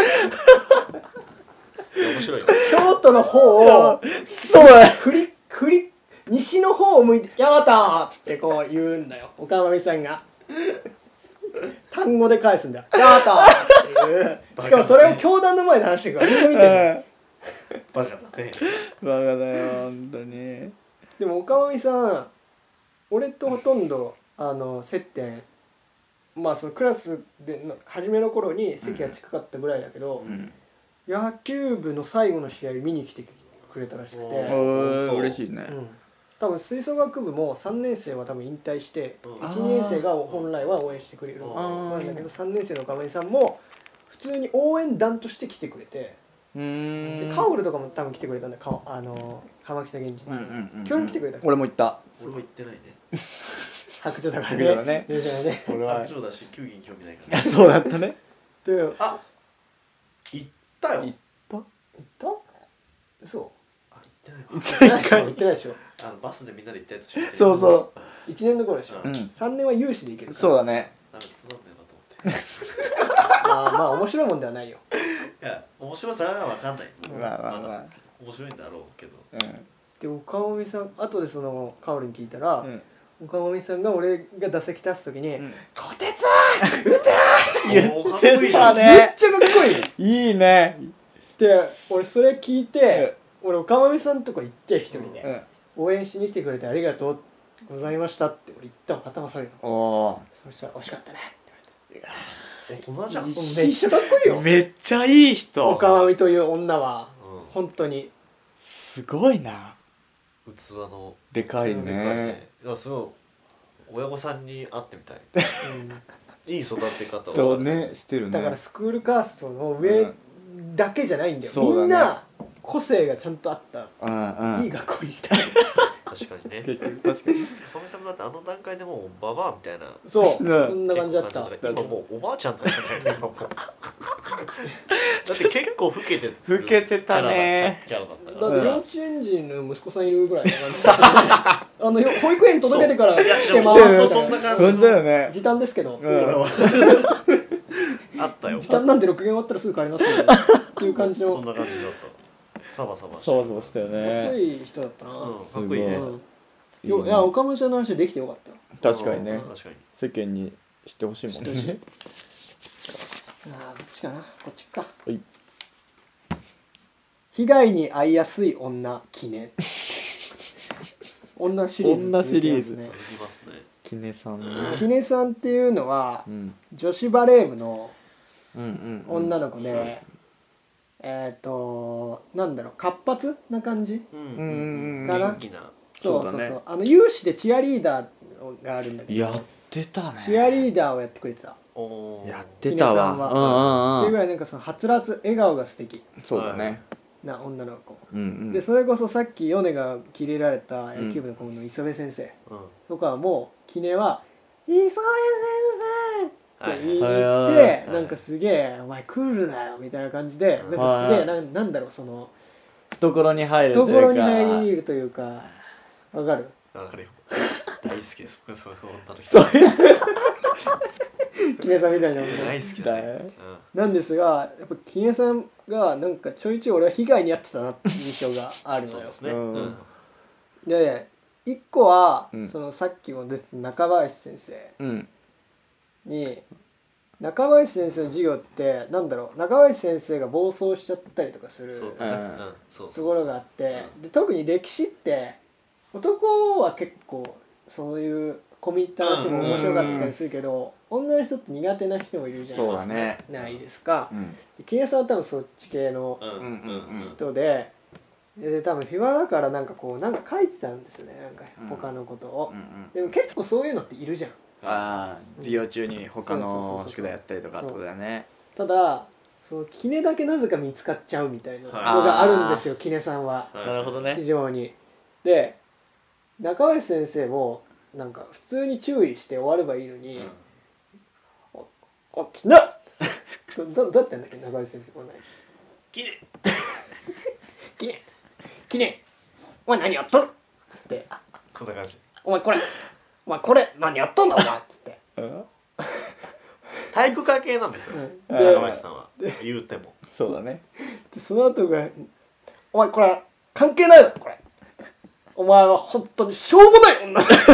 面白いよ。 京都の方を振り西の方を向いて「ヤマタ!」ってこう言うんだよ岡間美さんが。単語で返すんだよ「ヤマタ!」っていうしかもそれを教団の前で話してるからみんな見てるんだよ。 バカだね。 バカだよ本当に。 でも岡間美さん俺とほとんど接点まあそのクラスでの初めの頃に席が近かったぐらいだけど、野球部の最後の試合見に来てくれたらしくて、 嬉しいね。 多分吹奏楽部も3年生は多分引退して1年生が本来は応援してくれるんだけど3年生の岡間さんも普通に応援団として来てくれて、でカオルとかも多分来てくれたんだ浜北源氏に今日来てくれた。 俺も行った。 俺も行ってないね。 白鳥だからね。 俺は白鳥だし球技に興味ないから。 そうだったね。 で行ったよ。 行った嘘。 行ってないでしょ。 バスでみんなで行ったやつしか。 そうそう。 1年の頃でしょ。3年は有志で行けるから。 そうだね。 なんかつまんないなと思って。 まあ面白いもんではないよ。 いや面白さは分かんない。 まあ面白いんだろうけど。 で岡間美さん後でそのカオルに聞いたら、岡間美さんが俺が打席立つ時に「小鉄打て!」 言ってたね。 めっちゃかっこいい。 いいね。 で俺それ聞いて俺岡間美さんとこ行って一人で応援しに来てくれてありがとうございましたって俺言ったの頭下げたの。そしたら惜しかったねって言われて。 大人じゃん。 めっちゃかっこいいよ。 めっちゃいい人。 岡間美という女は本当にすごいな。 器のでかいね。 いやすごい親御さんに会ってみたい。いい育て方をそうねしてるね。 だからスクールカーストの上だけじゃないんだよ。みんな個性がちゃんとあったいい学校にいた。 確かにね。 確かに。 岡部さんもだってあの段階でもうババアみたいな。 そうそんな感じだった。 今もうおばあちゃんなんじゃないの。だって結構老けてる老けてたね。 キャラだったから。 だって幼稚園児の息子さんいるぐらいの感じだったね。保育園届けてから来てます。 そんな感じ。 本当だよね。 時短ですけど。 あったよ。 時短なんで6限終わったらすぐ帰りますよっていう感じの。 そんな感じだった。サバサバしたよね。 かっこいい人だったな。 かっこいいね。 いや岡村ちゃんの話できてよかった。 確かにね。世間に知ってほしいもんね。 どっちかなこっちか。被害に遭いやすい女記念。女シリーズね。 キネさん。 キネさんっていうのは女子バレー部の女の子で。なんだろう活発な感じかな。そう有志でチアリーダーがあるんだけどやってたね。 チアリーダーをやってくれてた。 やってたわ。 っていうぐらいなんかそのはつらつ笑顔が素敵そうだねな女の子で、それこそさっき米がキレられた野球部の顧問の磯部先生とかはもう記念は「磯部先生!」って言ってなんかすげえ「お前クールだよ」みたいな感じでなんかすげえなんだろうその懐に入るというか懐に入るというかわかる？ わかるよ。大好きです。僕はそういう女の人。 そういうキネさんみたいな女大好きだね。 なんですがやっぱキネさんがなんかちょいちょい俺は被害に遭ってたなっていう印象があるのよ。で一個はそのさっきも出てた中林先生に中林先生の授業ってなんだろう中林先生が暴走しちゃったりとかするところがあってで特に歴史って男は結構そういう込み入った話も面白かったりするけど、女の人って苦手な人もいるじゃないですか。 そうだね。 ないですか。桐谷さんは多分そっち系の人で、多分暇だからなんかこうなんか書いてたんですよね、なんか他のことを。でも結構そういうのっているじゃん。 ああ、授業中に他の宿題やったりとかってことだよね。 ただそのキネだけなぜか見つかっちゃうみたいなのがあるんですよ、キネさんは。 なるほどね。 非常に。で中林先生もなんか普通に注意して終わればいいのに「あキネ!」どうやってやんだっけ、中林先生こんなに「キネキネキネお前何やっとる!」ってそんな感じ。 お前これ何やっとんだお前!」っつって体育会系なんですよ、中林さんは。言うてもそうだね。 でその後が「お前これ関係ないだろこれお前は本当にしょうもない女だ立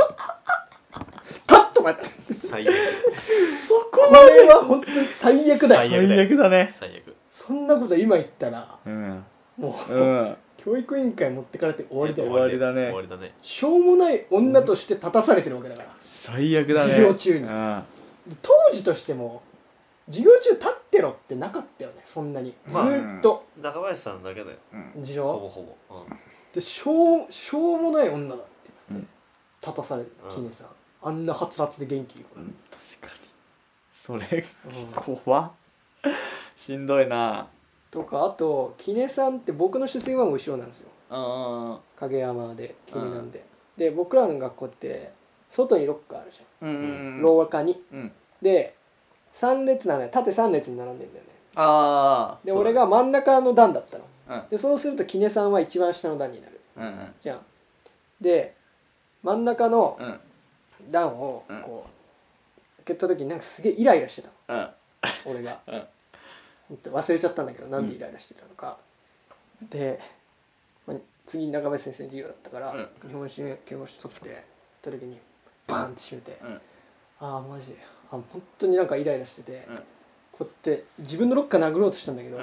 っと待って」 最悪。 これは本当に最悪だよ。 最悪だね。 最悪。 そんなこと今言ったらもううん教育委員会持ってかれて終わりだよ。 終わりだね。 終わりだね。 しょうもない女として立たされてるわけだから、 最悪だね。 授業中に。当時としても授業中立ってろってなかったよね、そんなに。ずーっと中林さんだけだよ。 でしほぼょ。 ほぼ。 でしょうもない女だって言って立たされるキネさん。あんなはつらつで元気いい子。 確かにそれ怖っ。しんどいな。 とかあとキネさんって僕の出席番号後ろなんですよ。 あ影山でキネなんで。で僕らの学校って外にロッカーあるじゃん、廊下に。で3列なのよ、縦3列に並んでんだよね。で俺が真ん中の段だったの。でそうするとキネさんは一番下の段になるじゃん。で真ん中の段をこう開けた時になんかすげえイライラしてた俺が。忘れちゃったんだけどなんでイライラしてたのか。で次中林先生の授業だったから日本史の教科書取ってた時にバーンって閉めて、ああマジで本当になんかイライラしてて、こうやって自分のロッカー殴ろうとしたんだけど、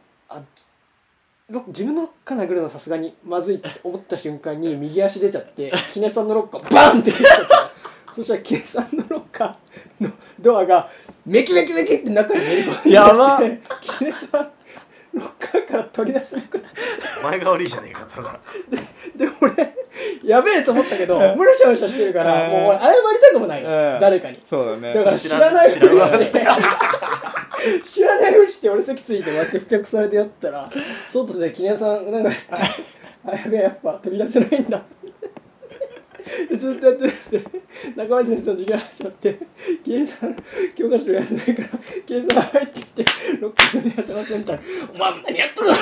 自分のロッカー殴るのはさすがにまずいって思った瞬間に右足出ちゃってキネさんのロッカーバーンって蹴っちゃった。そしたらキネさんのロッカーのドアがメキメキメキって中にめり込んでやばっ。 キネさんロッカーから取り出せなくなって、 お前が悪いじゃねえかったな。 で俺やべえと思ったけどムラシャムシャしてるからもう俺謝りたくもないよ、誰かに。 そうだね。 だから知らないふりして知らないふりして俺席ついて待ってふてくされてやったら外でキネさんなんかあやべえやっぱ飛び出せないんだずっとやってて中林先生の授業始まってキネさん教科書やらせないからキネさん入ってきてロッカー取り出せませんからお前何やっとる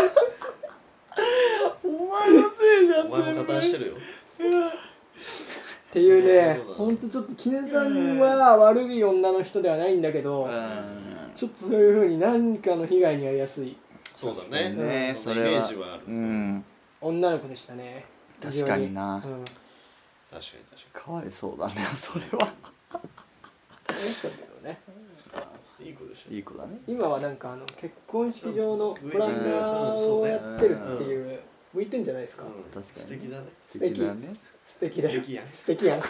お前のせいじゃん。 お前も加担してるよ。 っていうね、ほんとちょっとキネさんは悪い女の人ではないんだけど、ちょっとそういう風に何かの被害に遭いやすい。 そうだね。そのイメージはある。 女の子でしたね。 確かにな。 確かにかわいそうだねそれは。 いい子だけどね。 いい子でしょ。 いい子だね。 今はなんか結婚式場のプランナーをやってるっていう向いてんじゃないですか。 確かに。 素敵だね。 素敵だね。 素敵だよ。素敵やん。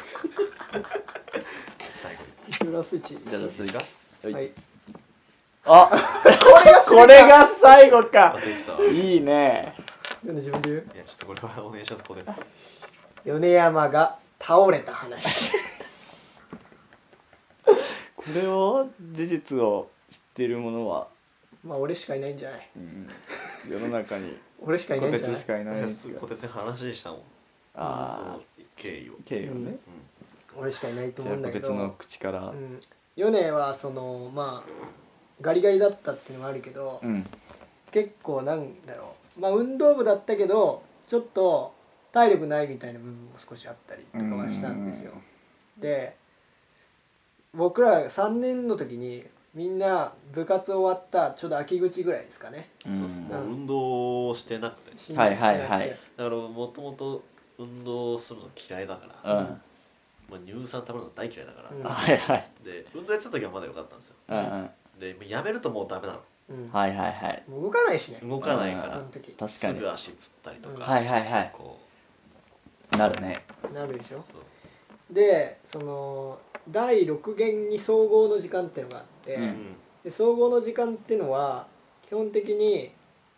最後に。 石浦スイッチ。 じゃあスイッチ。 はい。 あ、これが最後か。 忘れてたわ。 いいね。 なんで自分で言う？ いやちょっとこれはお願いします。これ。 米山が倒れた話。 これを事実を知っている者は、 まあ俺しかいないんじゃない。 世の中に俺しかいないんじゃない。 小鉄しかいない。 小鉄に話したもん。 ああ、 経緯を。 経緯をね。 俺しかいないと思うんだけど。 小鉄の口から。 米はそのまあガリガリだったっていうのもあるけど、結構なんだろう、まあ運動部だったけどちょっと体力ないみたいな部分も少しあったりとかはしたんですよ。で僕ら3年の時にみんな部活終わったちょうど秋口ぐらいですかね。 そうそう、もう運動してなくて。 はいはいはい。 だからもともと運動するの嫌いだから、まあ乳酸食べるの大嫌いだから。 はいはい。 で運動やってた時はまだ良かったんですよ。でやめるともうダメなの。 はいはいはい。 もう動かないしね。 動かないから。 確かに。 すぐ足つったりとか。 はいはいはい。 こうなるね。 なるでしょ。 でその第6限に総合の時間っていうのがあって、で総合の時間っていうのは基本的に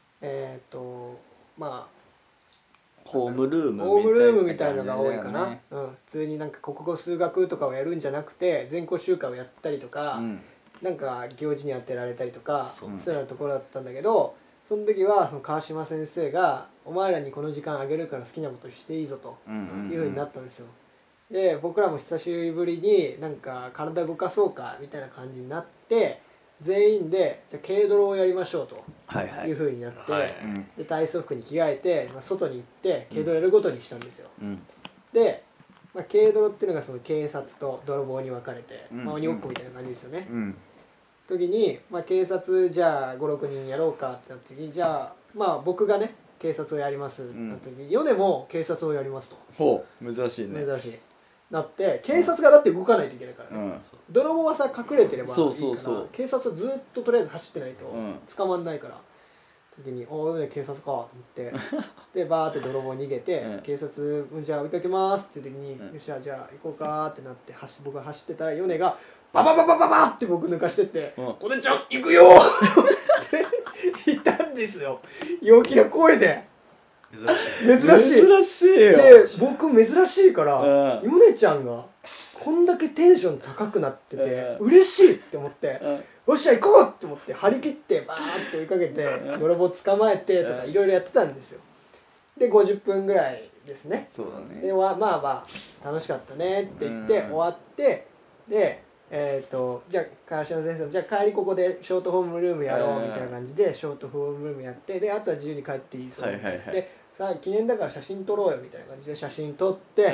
まあホームルームみたいなのが多いかな、普通になんか国語数学とかをやるんじゃなくて全校集会をやったりとか、なんか行事に当てられたりとかそういうようなところだったんだけど、その時はその川島先生が「お前らにこの時間あげるから好きなことしていいぞ」というふうになったんですよ。で僕らも久しぶりになんか体動かそうかみたいな感じになって全員でじゃあ軽泥をやりましょうというふうになって、で体操服に着替えて、外に行って軽泥やることにしたんですよ。で、軽泥っていうのがその警察と泥棒に分かれて、鬼ごっこみたいな感じですよね。時に、警察じゃあ 5,6 人やろうかってなった時にじゃあ僕がね警察をやりますってなった時に米も警察をやりますと。 ほう珍しいね。 珍しいなって警察がだって動かないといけないからね、泥棒はさ隠れてればいいから警察はずっととりあえず走ってないと捕まんないから、時に「おお警察か」と思ってでバーって泥棒逃げて、警察じゃあ追いかけますっていう時に「よっしゃじゃあ行こうか」ってなって僕が走ってたら米がババババババって僕抜かしてって「お姉ちゃん行くよ!」って言ったんですよ、陽気な声で。珍しいよ。で僕珍しいからヨネちゃんがこんだけテンション高くなってて嬉しいって思ってよっしゃ行こうって思って張り切ってバーって追いかけて泥棒捕まえてとかいろいろやってたんですよ。で50分ぐらいですね。 そうだね。 で楽しかったねって言って終わってでじゃあ川島先生もじゃあ帰りここでショートホームルームやろうみたいな感じでショートホームルームやってであとは自由に帰っていいそうでさあ記念だから写真撮ろうよみたいな感じで写真撮って、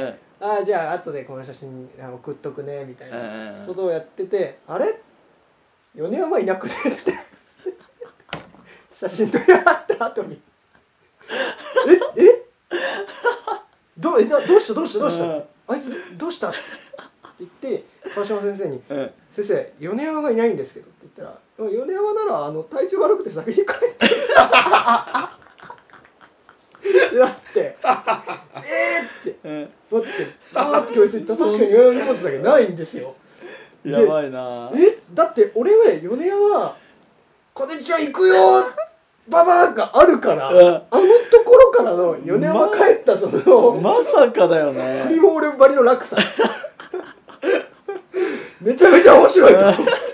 じゃあ後でこの写真送っとくねみたいなことをやってて、あれ米山いなくねって写真撮り終わった後にどうしたあいつどうしたって言って川島先生に「先生米山がいないんですけど」って言ったら「米山なら体調悪くて先に帰って」だってって待ってバーって教室行ったら確かに米山の荷物だけないんですよ。 やばいな。 だって俺は米山「こんにちは行くよババア」があるから、あのところからの米山帰ったそのまさかだよね。 クリボールばりの落差めちゃめちゃ面白いと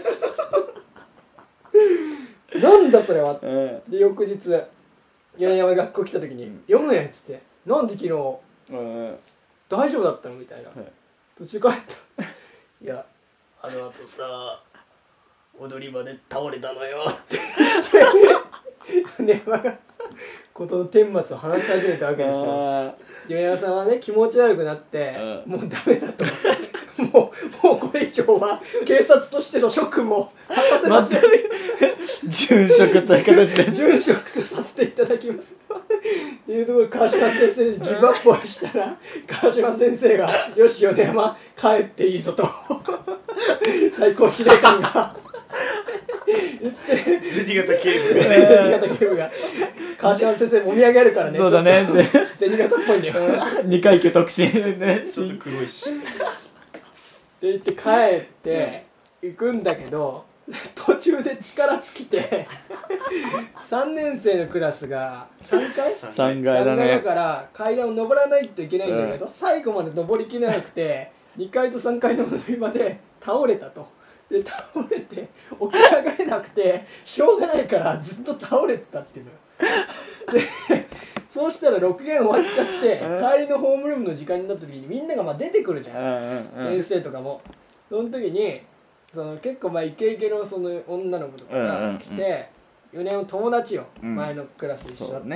なんだそれは、で翌日米山学校来た時に「読むね」っつって「なんで昨日大丈夫だったの?」みたいな、途中帰った「いやあの後さ踊り場で倒れたのよ」って米山が事の顛末を話し始めたわけですよ。米山さんはね気持ち悪くなって、もうダメだともうこれ以上は警察としての職務を果たせません殉職という形で殉職とさせていただきますっていうところ川島先生にギブアップをしたら川島先生が「よし米山帰っていいぞ」と最高司令官が言って銭形警部が川島先生もみ上げるからね。 そうだね銭形っぽいんだよ 2階級特進ねちょっと黒いしって言って帰って行くんだけど途中で力尽きて3年生のクラスが3階だから階段を登らないといけないんだけど、最後まで登りきれなくて2階と3階の登り場で倒れたと。で倒れて起き上がれなくてしょうがないからずっと倒れてたっていうのよ。でそうしたら6限終わっちゃって帰りのホームルームの時間になった時にみんなが出てくるじゃん、先生とかも。その時に結構イケイケのその女の子とかが来て、米山の友達よ、前のクラス一緒だった。「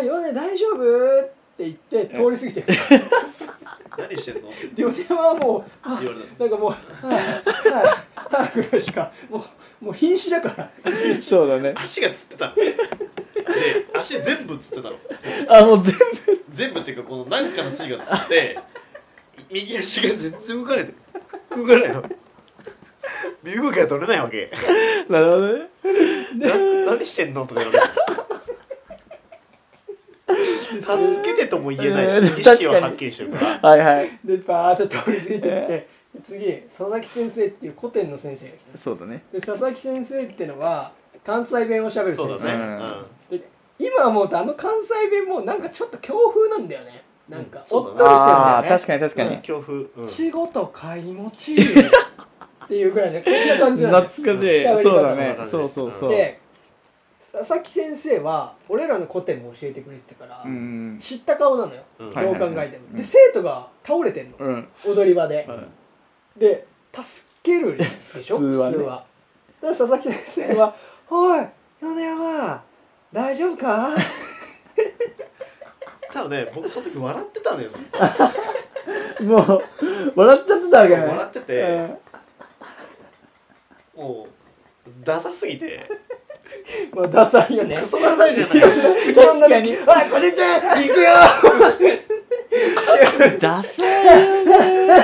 米大丈夫?」って言って通り過ぎてる何してんの？ で米山はもうなんかもうぐらいしかもう瀕死だから。 そうだね。 足がつってた。で足全部つってたの。 もう全部っていうかこの何かの筋がつって右足が全然動かないの。身動きが取れないわけ。 なるほどね。 何してんのとか言われて。 助けてとも言えないし、意識ははっきりしてるからはいはい。 でバーッと通り過ぎていって次佐々木先生っていう古典の先生が来て、 そうだね。 で佐々木先生ってのは関西弁をしゃべる先生。 そうだね、 で今思うと関西弁もなんかちょっと強風なんだよね。なんかおっとりしてるんだよね。 確かに確かに。 強風。 仕事買い持ちっていうぐらいね、こんな感じなんだよ。 懐かしい。そうだね。そうそうそう。 で佐々木先生は俺らの古典も教えてくれてたから知った顔なのよ、どう考えても。で生徒が倒れてんの、踊り場で。で助けるでしょ普通は。だから佐々木先生は「おい米山大丈夫か?」 多分ね、僕その時笑ってたのよずっと。もう笑っちゃってたわけね。 笑ってて、もうダサすぎて。 まあダサいよね。 クソダサいじゃない。 確かに。あ、こんにちは、行くよ。 ダサいよね。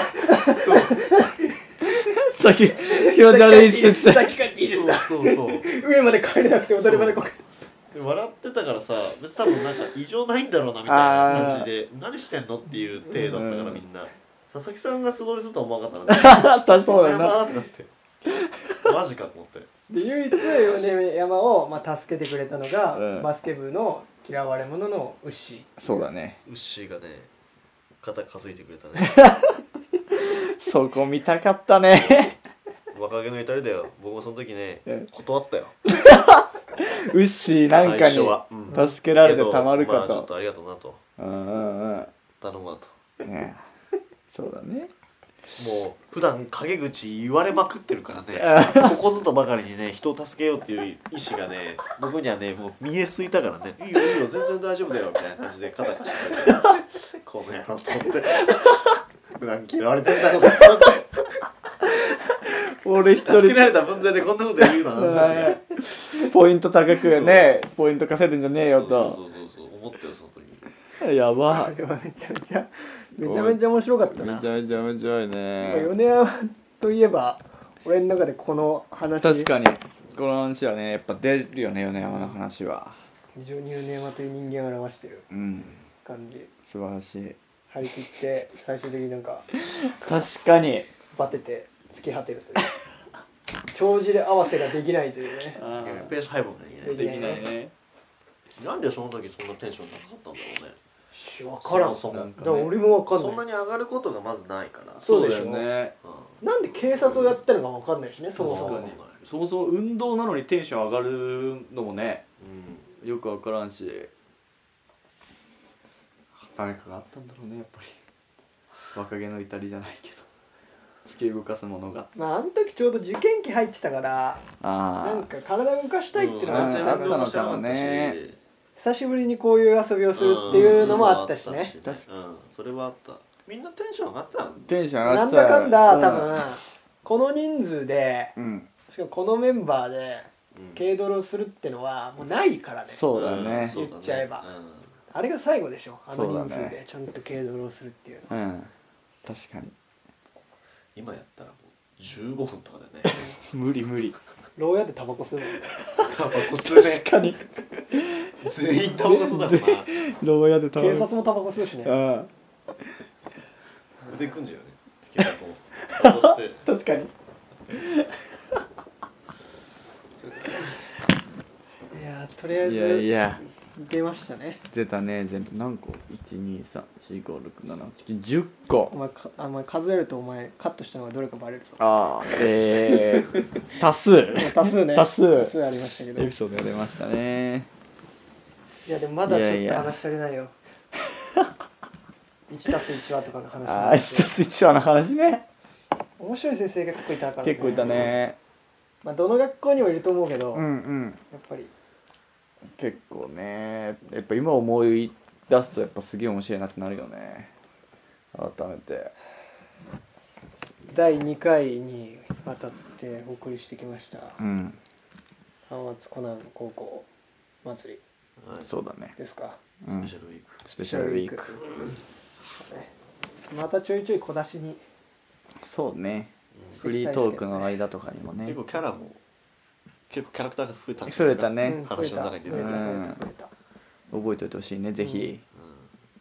先気持ち悪いっす。 先帰っていいですか。 そう上まで帰れなくて踊り場でこう。笑ってたからさ、別に多分なんか異常ないんだろうなみたいな感じで、何してんのっていう程度だったからみんな。佐々木さんが素通りするとは思わなかったの。 そうだな。 マジかと思って。 で唯一米山を助けてくれたのが、バスケ部の嫌われ者のウッシー。 そうだね。 ウッシーがね、肩担いでくれたね。 そこ見たかったね。 若気の至りだよ。僕もその時ね、断ったよ。 ウッシーなんかに助けられてたまるかと。 ちょっとありがとうなと。頼むわと。 そうだね。 もう普段陰口言われまくってるからね、ここぞとばかりにね人を助けようっていう意志がね僕にはねもう見えすいたからね、いいよいいよ全然大丈夫だよみたいな感じで肩貸してくれてこの野郎と思って普段嫌われてんだろうと思って俺一人助けられた分際でこんなこと言うのはなんですよ。 ポイント高くね、ポイント稼いでんじゃねえよと。 そう思ったよその時。 やば。 めちゃめちゃ面白かったな。 めちゃめちゃ面白いね。 米山といえば俺の中でこの話。 確かにこの話はねやっぱ出るよね、米山の話は。 非常に米山という人間を表してる感じ。 素晴らしい。 張り切って最終的になんか確かにバテて突き果てるという帳尻合わせができないというね。 ペース配分ができないね。 なんでその時そんなテンション高かったんだろうね。 分からん。だから俺も分かんない。 そんなに上がることがまずないから。 そうでしょうね。なんで警察をやったのか分かんないしね。そもそも運動なのにテンション上がるのもね、よく分からんし、誰かがあったんだろうねやっぱり。若気の至りじゃないけど突き動かすものが。 あの時ちょうど受験期入ってたからなんか体動かしたいっていうのがあったのかもね。 久しぶりにこういう遊びをするっていうのもあったしね。 それはあった。みんなテンション上がったの。 テンション上がった。 なんだかんだ多分この人数でしかもこのメンバーで軽泥するってのはもうないからね。 そうだね。 言っちゃえばあれが最後でしょ、あの人数でちゃんと軽泥するっていうの。 確かに今やったらもう15分とかでね。 無理。 牢屋でタバコ吸うの。 タバコ吸うね。 確かに全員タバコ吸うだろうな。 牢屋でタバコ。 警察もタバコ吸うしね。 腕組んじゃうね。警察もタバコ吸って。 確かに。いやとりあえず出ましたね。 出たね。全部何個 ?1,2,3,4,5,6,7,8,9,10 個。 お前数えるとお前カットしたのがどれかバレるぞ。 多数ね。多数ありましたけどエピソードが出ましたね。 いやでもまだちょっと話し足りないよ。1+1 はとかの話。 1+1 はの話ね。 面白い先生が結構いたからね。 結構いたね。 どの学校にもいると思うけど、やっぱり結構ね、やっぱ今思い出すとやっぱすげえ面白いなってなるよね。改めて第2回にわたってお送りしてきました浜松湖南高校祭り、 そうだねですか。 スペシャルウィーク。 スペシャルウィーク。 またちょいちょい小出しに。 そうね。フリートークの間とかにもね。 結構キャラも結構キャラクターが増えたん増えたね。 話の中に出てくる。 覚えておいてほしいね、ぜひ。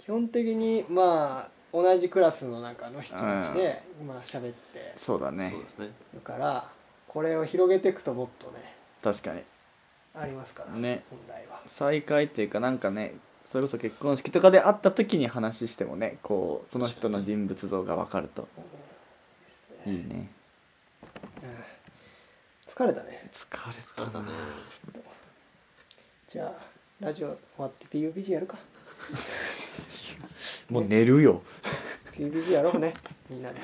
基本的にまあ同じクラスの中の人たちで今喋ってそうだねるからこれを広げていくともっとね確かにありますからね本来は再会っていうかなんかねそれこそ結婚式とかで会った時に話してもねこうその人の人物像が分かるといいね、 疲れたね疲れたねじゃあラジオ終わって PUBG やるかもう寝るよ PUBG やろうねみんなで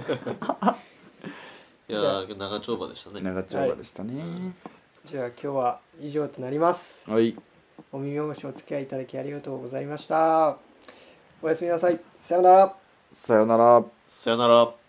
いやー長丁場でしたね長丁場でしたね、 じゃあ今日は以上となります。 はい。 お耳汚しお付き合いいただきありがとうございました。おやすみなさい。さよなら。 さよなら。 さよなら。